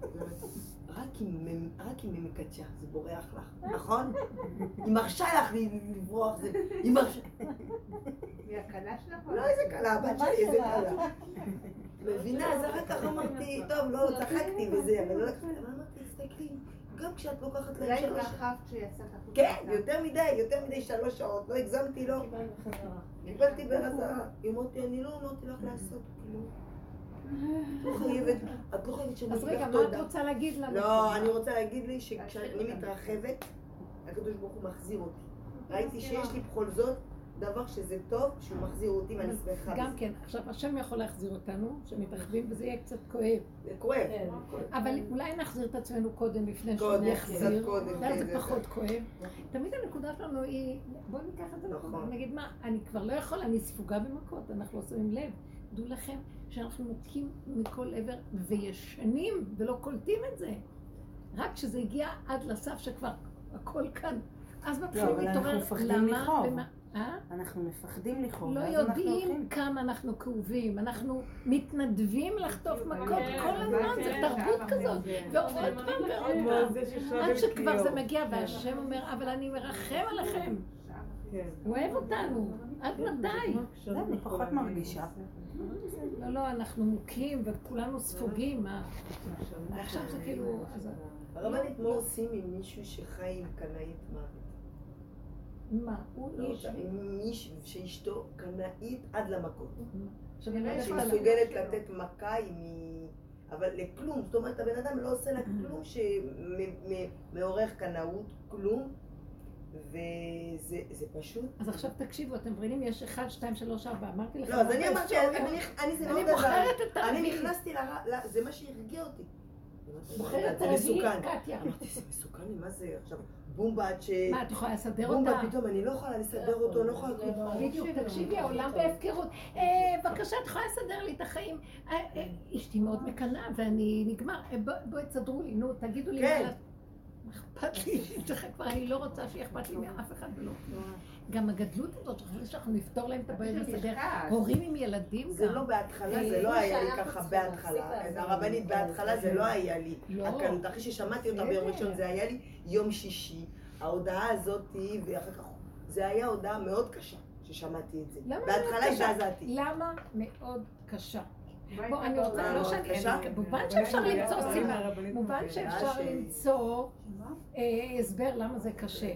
רק עם מקדשה, זה בורח לך, נכון? היא מרשה לך לברוח, היא מרשה... היא הקלה שלך? לא, איזה קלה, הבת שלי, איזה קלה. מבינה, אז אחר כך אמרתי, טוב, לא, צחקתי וזה, אבל לא לקחתי, אבל אמרתי, תסתכלי, גם כשאת לוקחת להם שלוש... אולי רחבת שיצאת החוצה. כן, יותר מדי, יותר מדי שלוש שעות, לא הגזמתי, לא. קיבלתי בחזרה. היא אמרתי, אני לא אמרתי לך לעשות, כאילו. את לא חייבת, את לא חייבת שאני אז רגע, מה את רוצה להגיד לנו? לא, אני רוצה להגיד לי שכשאני מתרחבת, הקדוש ברוך הוא מחזיר אותי. ראיתי שיש לי בכל זאת דבר שזה טוב, שהוא מחזיר אותי ואני שמחה. גם כן, עכשיו השם יכול להחזיר אותנו, שמתרחבים וזה יהיה קצת כואב. זה כואב. אבל אולי נחזיר את עצמנו קודם לפני קודם, שהוא יחזיר, קצת קודם, ואז כן, זה פחות כואב. תמיד הנקודה שלנו היא, בואו ניקח את זה נכון, נגיד מה, אני כבר לא יכול, אני ספוגה במכות, אנחנו לא שמים לב. דעו לכם שאנחנו מוכים מכל עבר וישנים ולא קולטים את זה. רק כשזה הגיע עד לסף שכבר הכל כאן, אז מתחילים להתעורר למה, ומה... אנחנו מפחדים לכאוב. לא יודעים כמה אנחנו כאובים, אנחנו מתנדבים לחטוף מכות כל הזמן, זה תרבות כזאת, ועוד פעם ועוד פעם, עד שכבר זה מגיע והשם אומר, אבל אני מרחם עליכם, הוא אוהב אותנו, עד מתי? זה אני פחות מרגישה. לא, לא, אנחנו מוכים וכולנו ספוגים, עכשיו זה כאילו... הרבנית, מה עושים עם מישהו שחי עם קנאית מוות? מה? הוא איש? מישהו שאשתו קנאית עד למכות. שהיא מסוגלת לתת מכה אם היא... אבל לכלום, זאת אומרת, הבן אדם לא עושה לה כלום שמעורר קנאות, כלום, וזה פשוט. אז עכשיו תקשיבו, אתם מבינים, יש אחד, שתיים, שלוש, ארבע, אמרתי לך... לא, אז אני אמרתי, אני זה מאוד דבר, אני נכנסתי ל... זה מה שהרגיע אותי. בוחרת רביעי, קטיה. אמרתי, זה מסוכן לי, מה זה עכשיו? בומבה עד ש... מה, את יכולה לסדר אותה? בומבה פתאום, אני לא יכולה לסדר אותו, אני לא יכולה... בדיוק, תקשיבי, העולם בהפקרות. בבקשה, את יכולה לסדר לי את החיים. אשתי מאוד מקנאה, ואני נגמר. בואי תסדרו לי, נו, תגידו לי מה... אכפת לי, כבר אני לא רוצה שיהיה אכפת לי מאף אחד ולא. גם הגדלות הזאת, שחשבתי שאנחנו נפתור להם את הבעיה לסדר. הורים עם ילדים גם. זה לא בהתחלה, זה לא היה לי ככה בהתחלה. הרבנית בהתחלה זה לא היה לי. הקלות, אחרי ששמעתי אותה ביום ראשון זה היה לי יום שישי. ההודעה הזאת, ואחר כך, זה היה הודעה מאוד קשה ששמעתי את זה. בהתחלה הזדעזעתי. למה מאוד קשה? בוא, אני רוצה, לא שאני, מובן שאפשר למצוא סיבה, מובן שאפשר למצוא הסבר למה זה קשה.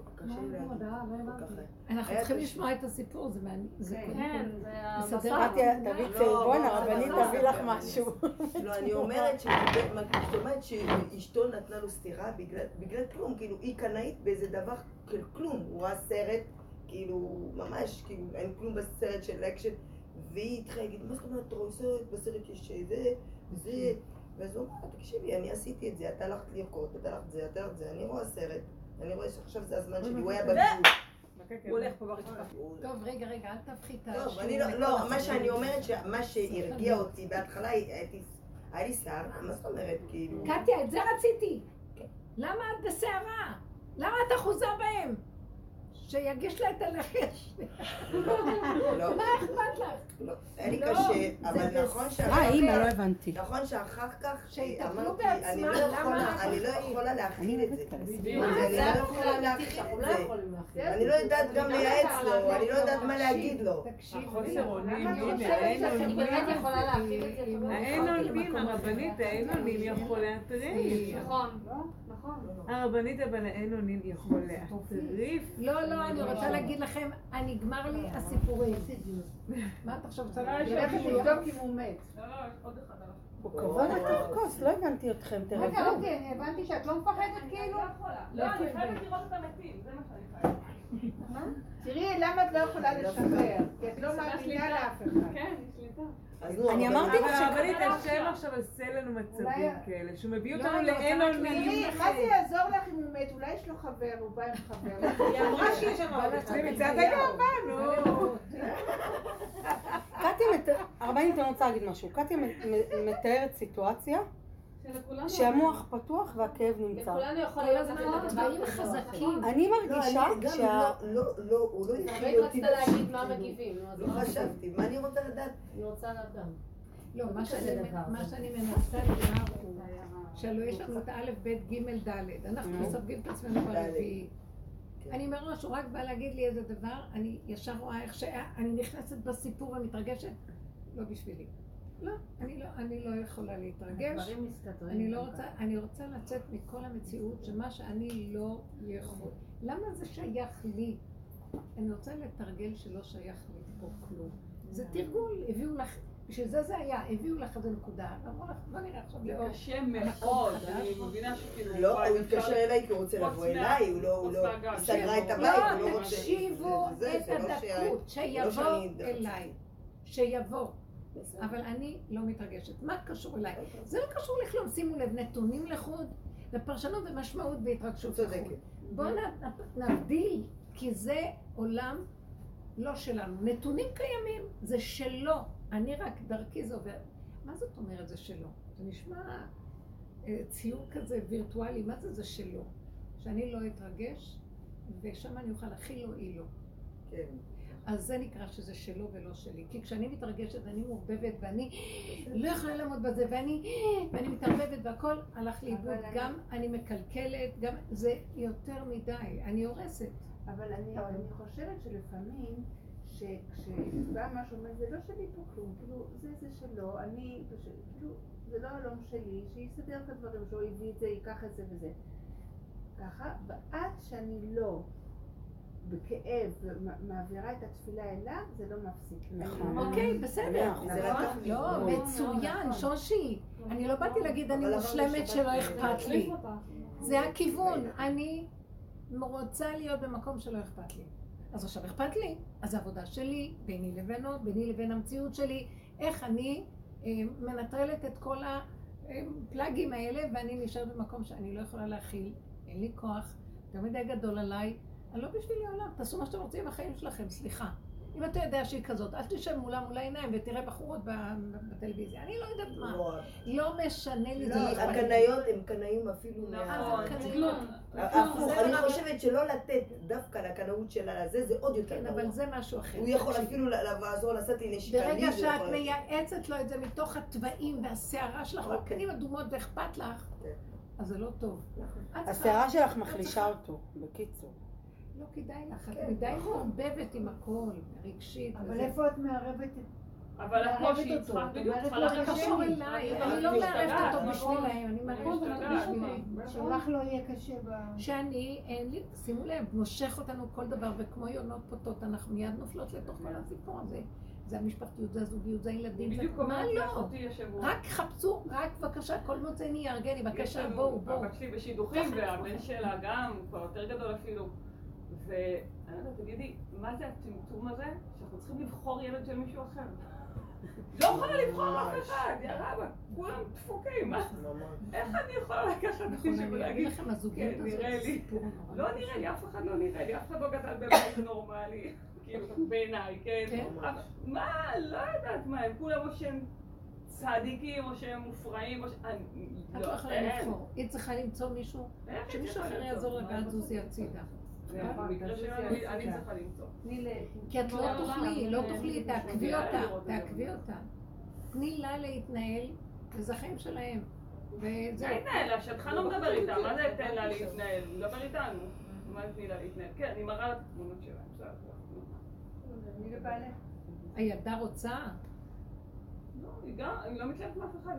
אנחנו צריכים לשמוע את הסיפור, זה מעניין, זה קודם כל מסדר. תביא צהובון, הרבנית תביא לך משהו. לא, אני אומרת שאשתו נתנה לו סתירה בגלל כלום, כאילו היא קנאית באיזה דבר של כלום, הוא ראה סרט, כאילו ממש, כאילו אין כלום בסרט של אקשן, והיא התחילה להגיד, מה זאת אומרת, אתה רואה סרט, בסרט יש זה, זה, ואז הוא אמר, תקשיבי, אני עשיתי את זה, אתה הלכת לרקוד, אתה הלכת זה, אתה הלכת זה, אני רואה סרט, אני רואה שעכשיו זה הזמן שלי, הוא היה בביוב. הוא הולך פה ברשת. טוב, רגע, רגע, אל תבחי את השום. לא, מה שאני אומרת, מה שהרגיע אותי, בהתחלה היה לי שערה, מה זאת אומרת, כאילו... קטיה, את זה רציתי. למה את בשערה? למה את אחוזה בהם? שיגיש לה את הלחש. לא. מה אכפת לך? לא, היה לי קשה, אבל נכון שאחר כך... אה, אימא, לא הבנתי. נכון שאחר כך שיטפלו אמרתי, בעצמם, אני לא יכולה להכיל את זה. מה? אני לא יכולה להכיל את זה. אני לא יודעת גם לייעץ לו, אני לא יודעת מה להגיד לו. החוסר אונים, האין אונים, האין אונים, הרבנית, האין אונים יכול להטריף. נכון, נכון. הרבנית, אבל האין אונים יכול להטריף. לא, לא, אני רוצה להגיד לכם, נגמר לי הסיפורים. מה אתה עכשיו רוצה להגיד? אני הולכת לבדוק אם הוא מת. לא, לא, עוד אחד. הוא קבע לתוך כוס, לא הבנתי אתכם, תראה. רגע, אוקיי, אני הבנתי שאת לא מפחדת כאילו? לא, אני חייבת לראות את המתים, זה מה שאני חייבת. תראי, למה את לא יכולה לשחרר? כי את לא מאמינה לאף אחד. כן, שליטה. אני אמרתי לך שהרבנית השם עכשיו עושה לנו מצבים כאלה, שהוא מביא אותנו לאין אונים. תראי, מה זה יעזור לך אם הוא מת? אולי יש לו חבר, הוא בא עם חבר. היא אמרה שיש שם זה מצד היום בנו. קטיה, הרבנית, אני רוצה להגיד משהו. קטיה מתארת סיטואציה שהמוח פתוח והכאב נמצא. לכולנו יכול להיות דברים חזקים. אני מרגישה שה... לא, לא, הוא לא הרבנית רצתה להגיד מה מגיבים. לא חשבתי, מה אני רוצה לדעת? אני רוצה לדעת. לא, מה שאני מנסה לומר הוא שלא יש לנו את א', ב', ג', ד', אנחנו מספגים את עצמנו ברביעי. אני מראש, הוא רק בא להגיד לי איזה דבר, אני ישר רואה איך שאני נכנסת בסיפור ומתרגשת, לא בשבילי. לא, אני לא, אני לא יכולה להתרגש. אני לא רוצה, אני רוצה לצאת מכל המציאות שמה שאני לא יכול. למה זה שייך לי? אני רוצה לתרגל שלא שייך לי פה כלום. זה תרגול, הביאו לך, בשביל זה זה היה, הביאו לך איזה נקודה, אמרו לך, בוא נראה עכשיו לאור. זה קשה מאוד, אני מבינה שכאילו... לא, הוא התקשר אליי כי הוא רוצה לבוא אליי, הוא לא, הוא לא, היא סגרה את הבית, הוא לא רוצה... תקשיבו את הדקות, שיבוא אליי, שיבוא. אבל אני לא מתרגשת. מה קשור אליי? זה לא קשור לכלום, שימו לב, נתונים לחוד, ופרשנות ומשמעות והתרגשות לחוד. בואו נבדיל, כי זה עולם לא שלנו. נתונים קיימים, זה שלו. אני רק דרכי זה עובר. מה זאת אומרת זה שלו? זה נשמע ציור כזה וירטואלי, מה זה זה שלו? שאני לא אתרגש, ושם אני אוכל הכי לא אילו. כן. אז זה נקרא שזה שלו ולא שלי. כי כשאני מתרגשת, אני מעורבבת ואני לא יכולה לעמוד בזה, ואני, ואני מתערבבת והכל הלך לאיבוד. גם אני מקלקלת, גם זה יותר מדי, אני הורסת. אבל אני, אני חושבת שלפעמים, שכשבא משהו אומר, זה לא שלי פה כלום, כאילו, זה זה שלו, אני, כאילו, זה לא הלום שלי, שיסדר את הדברים, שהוא הביא את זה, ייקח את זה וזה. ככה, ועד שאני לא בכאב ומעבירה את התפילה אליו, זה לא מפסיק. אוקיי, בסדר. לא, מצוין, שושי. אני לא באתי להגיד אני מושלמת שלא אכפת לי. זה הכיוון. אני רוצה להיות במקום שלא אכפת לי. אז עכשיו אכפת לי, אז העבודה שלי, ביני לבינו, ביני לבין המציאות שלי, איך אני מנטרלת את כל הפלאגים האלה, ואני נשארת במקום שאני לא יכולה להכיל, אין לי כוח, יותר מדי גדול עליי, אני לא בשבילי העולם, תעשו מה שאתם רוצים בחיים שלכם, סליחה. אם אתה יודע שהיא כזאת, אל תשב מולה מול העיניים ותראה בחורות בטלוויזיה. אני לא יודעת מה. לא משנה לי. הקנאיות הם קנאים אפילו מה... הפוך, אני חושבת שלא לתת דווקא לקנאות שלה לזה, זה עוד יותר נורא. אבל זה משהו אחר. הוא יכול אפילו לעזור, לעשות לי נשקלים. ברגע שאת מייעצת לו את זה מתוך הטבעים והשערה שלך, והפנים אדומות ואכפת לך, אז זה לא טוב. השערה שלך מחלישה אותו, בקיצור. לא כדאי לך, את מדי מערבבת עם הכל, רגשית. אבל איפה את מערבת את... אבל הקושי יצחק בדיוק צריכה לך קשור אליי, אני לא מערבת אותו בשבילהם, אני מערבת אותו בשבילי. שלך לא יהיה קשה ב... שאני, אין לי, שימו לב, מושך אותנו כל דבר, וכמו יונות פוטות, אנחנו מיד נופלות לתוך כל הסיפור הזה. זה המשפחתיות, זה הזוגיות, זה הילדים, זה... מה לא? רק חפשו, רק בבקשה, כל מוצא אני ארגני, בבקשה, בואו, בואו. יש לי בשידוכים, והבן שלה גם, הוא כבר יותר גדול אפילו. ואני יודעת, תגידי, מה זה הטמטום הזה שאנחנו צריכים לבחור ילד של מישהו אחר? לא יכולה לבחור אף אחד, יא רבא, כולם דפוקים, איך אני יכולה לקחת מישהו ולהגיד, כן, נראה לי, לא נראה לי, אף אחד לא נראה לי, אף אחד לא גדל בבית נורמלי, כאילו, בעיניי, כן? מה, לא יודעת מה, הם כולם או שהם צדיקים או שהם מופרעים, או ש... את לא יכולה לבחור, היא צריכה למצוא מישהו, שמישהו אחר יעזור לגעת זוזי הצידה. במקרה שלנו אני צריכה למצוא. כי את לא תוכלי, לא תוכלי, תעקבי אותה, תעקבי אותה. תני לה להתנהל, וזה החיים שלהם. זה להתנהל לה, שאתך לא מדבר איתה, מה זה תן לה להתנהל? מדבר איתנו. מה תני לה להתנהל? כן, אני מראה לה את התמונות שלהם. מי לבעלך? הילדה רוצה? לא, היא גם, אני לא מתלהבת מאף אחד.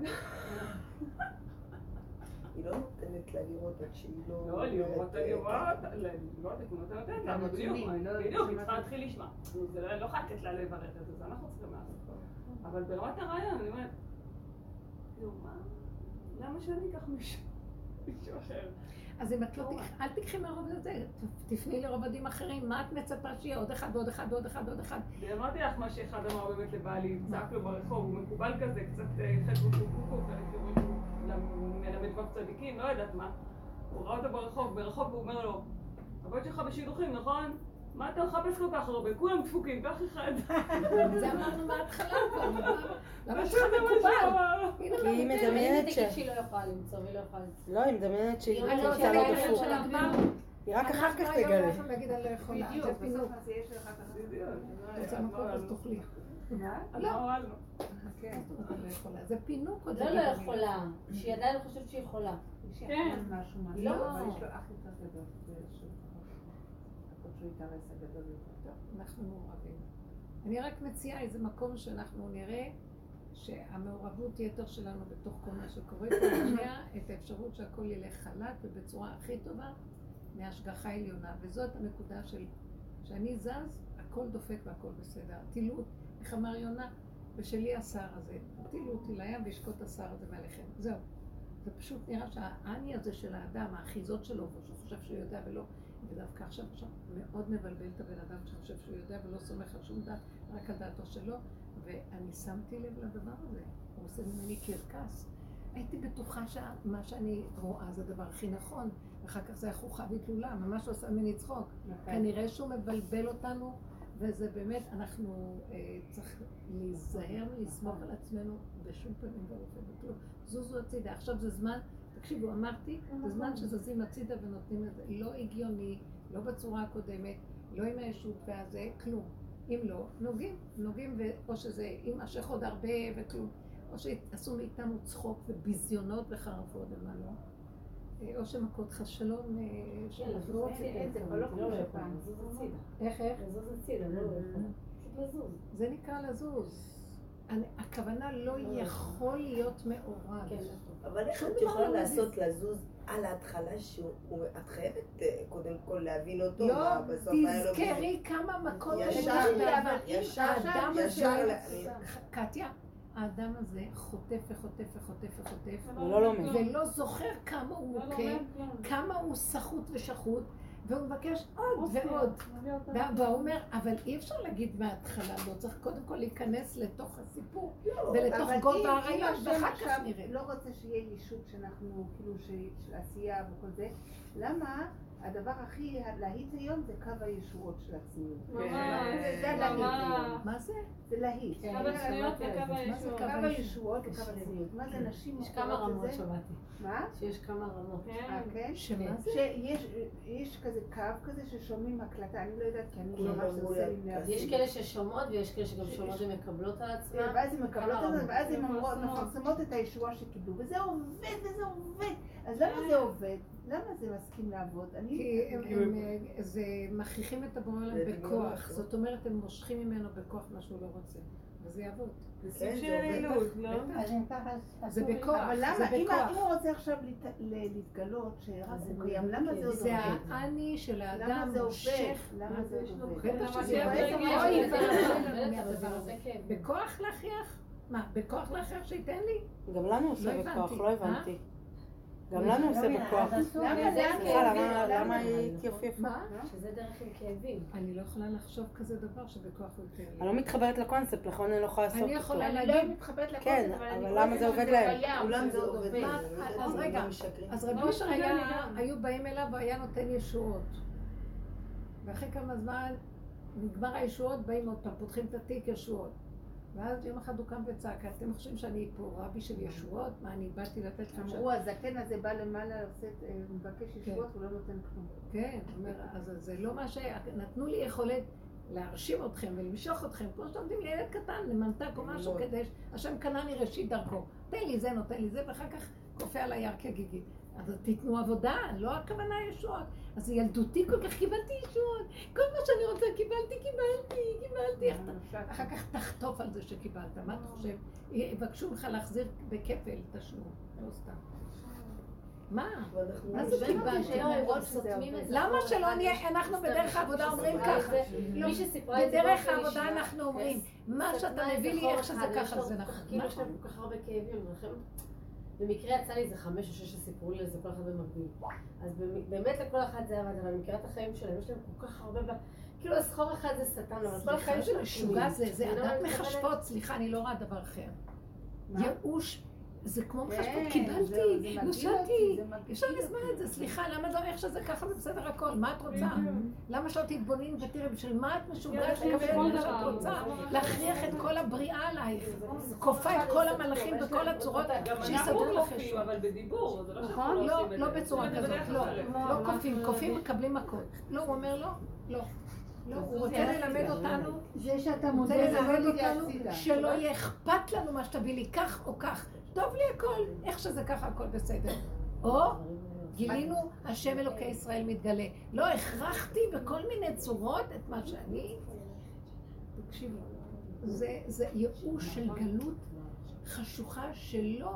היא לא נותנת לה לראות עד שהיא לא... לא, לראות, אני רואה אותה, לא, אתה נותנת לה, בדיוק, בדיוק, היא צריכה להתחיל לשמוע. זה לא חייבת לה לברך את זה, אנחנו צריכים לעשות. אבל ברמת הרעיון, אני אומרת, כאילו, מה? למה שאני אקח מישהו אחר? אז אם את לא, אל תקחי מהרובד הזה, תפני לרובדים אחרים, מה את מצפה שיהיה? עוד אחד ועוד אחד ועוד אחד ועוד אחד. אמרתי לך מה שאחד אמר באמת לבעלי, צעק לו ברחוב, הוא מקובל כזה, קצת חלקו קוקו, מלמד כבר צדיקים, לא יודעת מה. הוא ראה אותו ברחוב, ברחוב והוא אומר לו, הבית שלך בשידוכים, נכון? מה אתה מחפש כל כך הרבה? כולם דפוקים, כך אחד. זה אמרנו מההתחלה כבר, למה שלך מקובל? כי היא מדמיינת ש... שהיא לא יכולה למצוא, והיא לא יכולה למצוא. לא, היא מדמיינת שהיא לא דפוק. היא רק אחר כך תגלה. אנחנו היום להגיד אני לא יכולה, זה פינוק. זה מקום אז תאכלי. לא, זה פינוק עוד לא לא יכולה, שהיא עדיין חושבת שהיא יכולה. כן. לא. יש לו אח יותר גדול. אנחנו מעורבים. אני רק מציעה איזה מקום שאנחנו נראה שהמעורבות יתר שלנו בתוך כל מה שקורה פה, נראה את האפשרות שהכל ילך חלק ובצורה הכי טובה מהשגחה עליונה, וזאת הנקודה של שאני זז, הכל דופק והכל בסדר. תילו, איך אמר יונה? ושלי השר הזה, תילו אותי לים וישקוט השר הזה מעליכם. זהו. זה פשוט נראה שהאני הזה של האדם, האחיזות שלו, שהוא חושב שהוא יודע ולא, ודווקא עכשיו עכשיו מאוד מבלבל את הבן אדם שחושב שהוא יודע ולא סומך על שום דת, רק על דעתו שלו, ואני שמתי לב לדבר הזה, הוא עושה ממני קרקס. הייתי בטוחה שמה שאני רואה זה הדבר הכי נכון, ואחר כך זה היה חוכה ותלולה, ממש עושה ממני צחוק. כנראה שהוא מבלבל אותנו, וזה באמת, אנחנו אה, צריך להיזהר ולסמוך על עצמנו בשום פנים ואופן וכלום. זוזו הצידה, עכשיו זה זמן, תקשיבו, אמרתי, זה זמן שזזים הצידה ונותנים את זה, לא הגיוני, לא בצורה הקודמת, לא עם הישות והזה, כלום. אם לא, נוגעים, נוגעים, או שזה יימשך עוד הרבה וכלום, או שעשו מאיתנו צחוק וביזיונות וחרפות ומה לא, או שמכות חשלון של לא רוצים, זה כבר לא כמו שפעם, זוז הצידה. איך, איך? לזוז הצידה, לא פשוט לזוז. זה נקרא לזוז. הכוונה לא יכול להיות מעורב. אבל איך את יכולה לעשות לזוז על ההתחלה שאת חייבת קודם כל להבין אותו? לא, תזכרי כמה מכות ישר, ישר, ישר, קטיה, האדם הזה חוטף וחוטף וחוטף וחוטף ולא לומד. ולא זוכר כמה הוא מוכה, כמה הוא סחוט ושחוט, והוא מבקש עוד ועוד. והוא אומר, אבל אי אפשר להגיד מההתחלה, לא צריך קודם כל להיכנס לתוך הסיפור ולתוך גובה הרעיון, ואחר כך נראה. לא רוצה שיהיה יישות שאנחנו, כאילו, של עשייה וכל זה. למה? הדבר הכי להיט היום זה קו הישועות של עצמיות. זה להיט היום. מה זה? זה להיט. קו הצניעות וקו הישועות. קו הישועות וקו הצניעות. מה זה נשים? יש כמה רמות שמעתי. מה? שיש כמה רמות. כן? שמה זה? שיש כזה קו כזה ששומעים הקלטה, אני לא יודעת כי אני ממש זה עושה לי להבין. יש כאלה ששומעות ויש כאלה שגם שומעות ומקבלות על עצמם. ואז הן מקבלות את זה, ואז הן מפרסמות את הישועה שקיבלו, וזה עובד וזה עובד. אז למה זה עובד? למה זה מסכים לעבוד? כי הם מכריחים את הבורא עליהם בכוח, זאת אומרת הם מושכים ממנו בכוח מה שהוא לא רוצה, וזה יעבוד. זה סוג של אלילות, לא? זה בכוח, אבל למה, אם הוא רוצה עכשיו להתגלות שרק הוא קיים, למה זה עובד? זה האני של האדם מושך. למה זה עובד? בטח שזה עובד. בכוח להכריח? מה, בכוח להכריח שייתן לי? גם לנו עושה בכוח, לא הבנתי. גם לנו עושה בכוח. למה היא התייפייפה? מה? שזה דרך עם כאבים. אני לא יכולה לחשוב כזה דבר שבכוח הוא ייתן לי. אני לא מתחברת לקונספט, לכן אני לא יכולה לעשות אותו. אני יכולה אני להגיד. לא מתחברת לקונספט, כן, אבל למה זה עובד להם? אולם זה עובד. אז רגע, אז רבי אושר היו באים אליו והיה נותן ישועות. ואחרי כמה זמן נגמר הישועות, באים עוד פעם, פותחים את התיק ישועות. ואז יום אחד הוא קם וצעק, אתם חושבים שאני פה רבי של ישועות? מה, אני באתי לתת לכם שם? אמרו, הזקן הזה בא למעלה, מבקש ישועות, הוא לא נותן כלום. כן, הוא אומר, אז זה לא מה שנתנו לי יכולת להרשים אתכם ולמשוך אתכם, כמו שעומדים לילד קטן, לממתק או משהו כדי, השם קנה לי ראשית דרכו. תן לי זה, נותן לי זה, ואחר כך קופא על היער כגיגית. אז תיתנו עבודה, לא הכוונה ישועות. אז ילדותי כל כך קיבלתי ישועות. כל מה שאני רוצה קיבלתי, קיבלתי, קיבלתי. אחר כך תחטוף על זה שקיבלת. מה אתה חושב? יבקשו לך להחזיר בכפל תשלום. לא סתם. מה? מה זה קיבלתי? למה שלא נהיה? אנחנו בדרך העבודה אומרים ככה. בדרך העבודה אנחנו אומרים, מה שאתה מביא לי, איך שזה ככה, זה נכון. כאילו יש להם כל כך הרבה כאבים. במקרה יצא לי איזה חמש או שש שסיפרו לי על זה כל אחד במקביל. אז באמת לכל אחד זה עבד, אבל מכירה את החיים שלהם, יש להם כל כך הרבה, כאילו הסחור אחד זה שטן, אבל כל החיים שלהם משוגע זה, זה עדת מחשבות, סליחה, אני לא רואה דבר אחר. ייאוש, זה כמו מחשבות, קיבלתי, נושעתי, אפשר לזמן את זה, סליחה, למה לא איך שזה ככה ובסדר הכל, מה את רוצה? למה שלא תתבונין ותראי, בשביל מה את משוגעת לקבל את מה שאת רוצה? להכריח את כל הבריאה עלייך, כופה את כל המלאכים בכל הצורות שיסדרו לך אישו. אבל בדיבור, זה לא נכון? לא, לא בצורה כזאת, לא, לא כופים, כופים מקבלים מכות. לא, הוא אומר לא, לא. לא, הוא רוצה ללמד אותנו, זה שאתה רוצה ללמד אותנו שלא יהיה אכפת לנו מה שתביא לי כך או כך. טוב לי הכל, איך שזה ככה הכל בסדר. או גילינו השם אלוקי ישראל מתגלה. לא הכרחתי בכל מיני צורות את מה שאני... תקשיבו, זה, זה ייאוש של גלות חשוכה שלא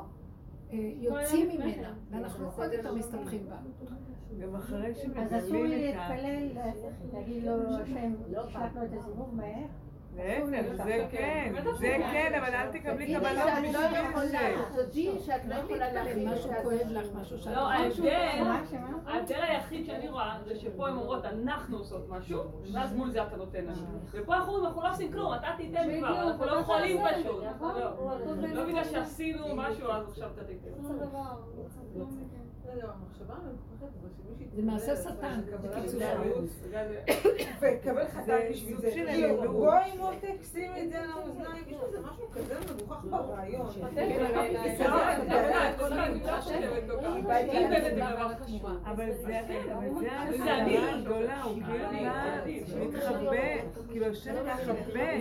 יוצאים ממנה, ואנחנו עוד יותר מסתבכים בה. גם אחרי שמגלים את ה... אז אסור לי להתפלל, להגיד לו השם, שלחנו את הזיבוב מהר? להפך, זה כן, זה כן, אבל אל תקבלי קבלות בשביל זה. תודי שאת לא יכולה להכין משהו כואב לך, משהו שאת... לא, ההבדל היחיד שאני רואה זה שפה הן אומרות אנחנו עושות משהו, ואז מול זה אתה נותן לנו. ופה אנחנו אומרים, אנחנו לא עושים כלום, אתה תיתן כבר, אנחנו לא יכולים פשוט. לא בגלל שעשינו משהו, אז עכשיו אתה תיתן. זה מעשה שטן, בקיצור. וקבל חטא בשביל זה. כאילו, בואי מותק, שימי את זה על האוזניים, יש לזה משהו כזה מגוחך ברעיון. אבל זה העניין הגדולה, הוא כאילו בא מתחבא, כאילו השם מחבא.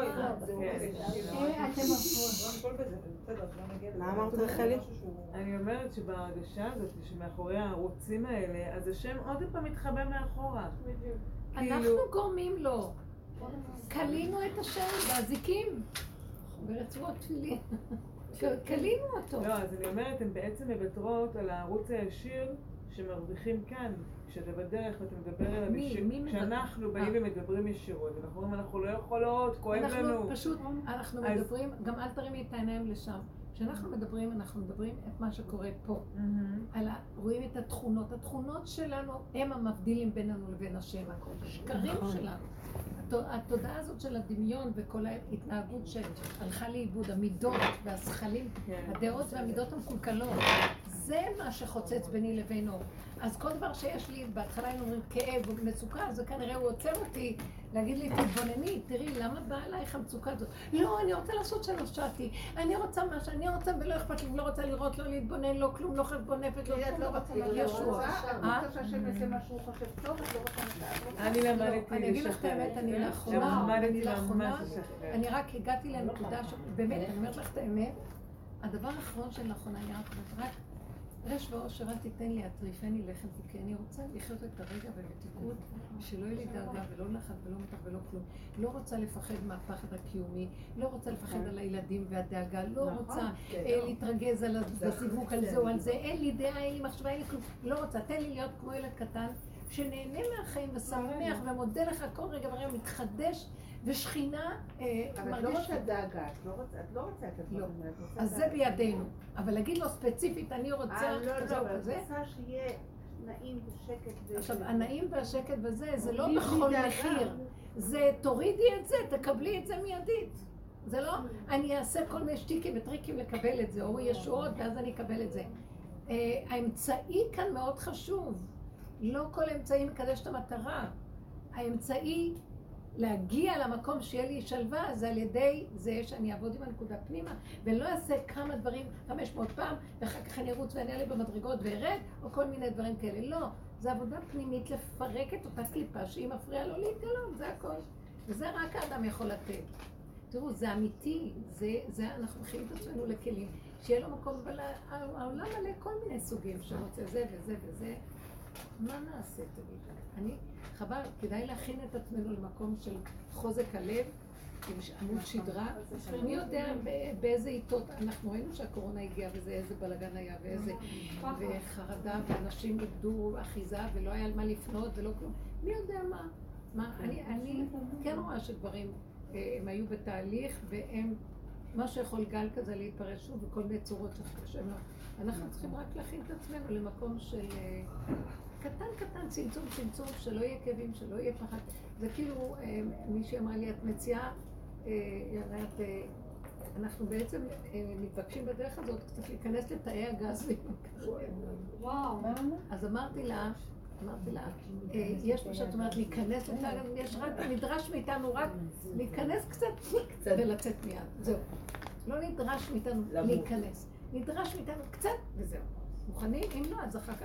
מה אמרת רחלי? אני אומרת שבהרגשה הזאת, שמאחורי הרוצים האלה, אז השם עוד פעם מתחבא מאחורה. אנחנו גורמים לו. קלינו את השם, והזיקים. ברצועות תפילין. קלינו אותו. לא, אז אני אומרת, הן בעצם מבטרות על הערוץ הישיר שמרוויחים כאן. כשאתה בדרך ואתה מדבר אליו ישירות, כשאנחנו באים ומדברים ישירות, אנחנו אומרים, אנחנו לא יכולות, כואב לנו. אנחנו פשוט, אנחנו מדברים, גם אל תרימי את העיניים לשם. כשאנחנו מדברים, אנחנו מדברים את מה שקורה פה. רואים את התכונות. התכונות שלנו הם המבדילים בינינו לבין השם. שקרים שלנו. התודעה הזאת של הדמיון וכל ההתנהגות שהלכה לאיבוד, המידות והשכלים, הדעות והמידות המקולקלות, זה מה שחוצץ ביני לבינו. אז כל דבר שיש לי, בהתחלה היינו אומרים כאב ומצוקה, זה כנראה הוא עוצר אותי להגיד לי, תתבונני, תראי, למה באה עלייך המצוקה הזאת? לא, אני רוצה לעשות שלוש שעתי, אני רוצה מה שאני רוצה ולא אכפת לי, לא רוצה לראות, לא להתבונן, לא כלום, לא חשבון נפש, לא כלום, לא רוצה ישוע. את רוצה שהשם יעשה מה שהוא חושב טוב, את לא רוצה לדעת. אני למדתי לשחרר. אני אגיד לך את האמת, אני לאחרונה, אני לאחרונה, אני רק הגעתי לנקודה שבאמת, אני אומרת לך את האמת, הדבר האחרון של לאחרונה, אני רק אומרת, רש ואושר, אל תיתן לי, אטריפני לחם, כי אני רוצה לחיות את הרגע במתיקות, שלא יהיה לי דאגה ולא לחץ ולא מתח ולא כלום. לא רוצה לפחד מהפחד הקיומי, לא רוצה לפחד על הילדים והדאגה, לא רוצה להתרגז על הסיבוק על זה או על זה, אין לי דעה, אין לי מחשבה, אין לי כלום. לא רוצה, תן לי להיות כמו ילד קטן, שנהנה מהחיים ושמח ומודה לך כל רגע ורגע מתחדש, ושכינה מרגיש... אבל את לא רוצה דאגה, את לא רוצה את הדברים. אז זה בידינו. אבל להגיד לו ספציפית, אני רוצה כזה או כזה. אני רוצה שיהיה נעים ושקט. עכשיו, הנעים והשקט וזה, זה לא בכל מחיר. זה, תורידי את זה, תקבלי את זה מיידית. זה לא, אני אעשה כל מיני שטיקים וטריקים לקבל את זה, או ישועות, ואז אני אקבל את זה. האמצעי כאן מאוד חשוב. לא כל אמצעי מקדש את המטרה. האמצעי להגיע למקום שיהיה לי שלווה, זה על ידי זה שאני אעבוד עם הנקודה פנימה, ולא אעשה כמה דברים חמש מאות פעם, ואחר כך אני ארוץ ואני אעלה במדרגות וארד, או כל מיני דברים כאלה. לא, זה עבודה פנימית לפרק את אותה קליפה שהיא מפריעה לו להתגלות, זה הכל. וזה רק האדם יכול לתת. תראו, זה אמיתי, זה, זה, אנחנו מכינים את עצמנו לכלים, שיהיה לו מקום, אבל העולם מלא כל מיני סוגים שרוצה זה וזה וזה. מה נעשה, תגיד? אני, חבל, כדאי להכין את עצמנו למקום של חוזק הלב, עם עמוד שדרה. מי יודע באיזה עיתות, אנחנו ראינו שהקורונה הגיעה וזה, איזה בלגן היה ואיזה, וחרדה, ואנשים איבדו אחיזה ולא היה על מה לפנות ולא כלום. מי יודע מה? מה? אני, אני כן רואה שדברים, הם היו בתהליך והם, מה שיכול גל כזה להתפרש שוב בכל מיני צורות שחשב לו. אנחנו צריכים רק להכין את עצמנו למקום של קטן קטן, צמצום צמצום, שלא יהיה כאבים, שלא יהיה פחד. זה כאילו, מישהי אמרה לי, את מציעה, אנחנו בעצם מתבקשים בדרך הזאת קצת להיכנס לתאי הגז. וואו. אז אמרתי לה, אמרתי לה, יש מה שאת אומרת, להיכנס לתאי הגז, יש רק, נדרש מאיתנו רק להיכנס קצת ולצאת מיד. זהו. לא נדרש מאיתנו להיכנס. נדרש מאיתנו קצת וזהו. מוכנים? אם לא, אז אחר כך.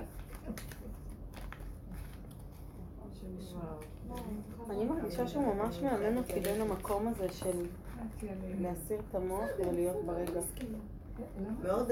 אני מרגישה שהוא ממש מאמן אותי בין המקום הזה של להסיר את המוח ולהיות ברגע.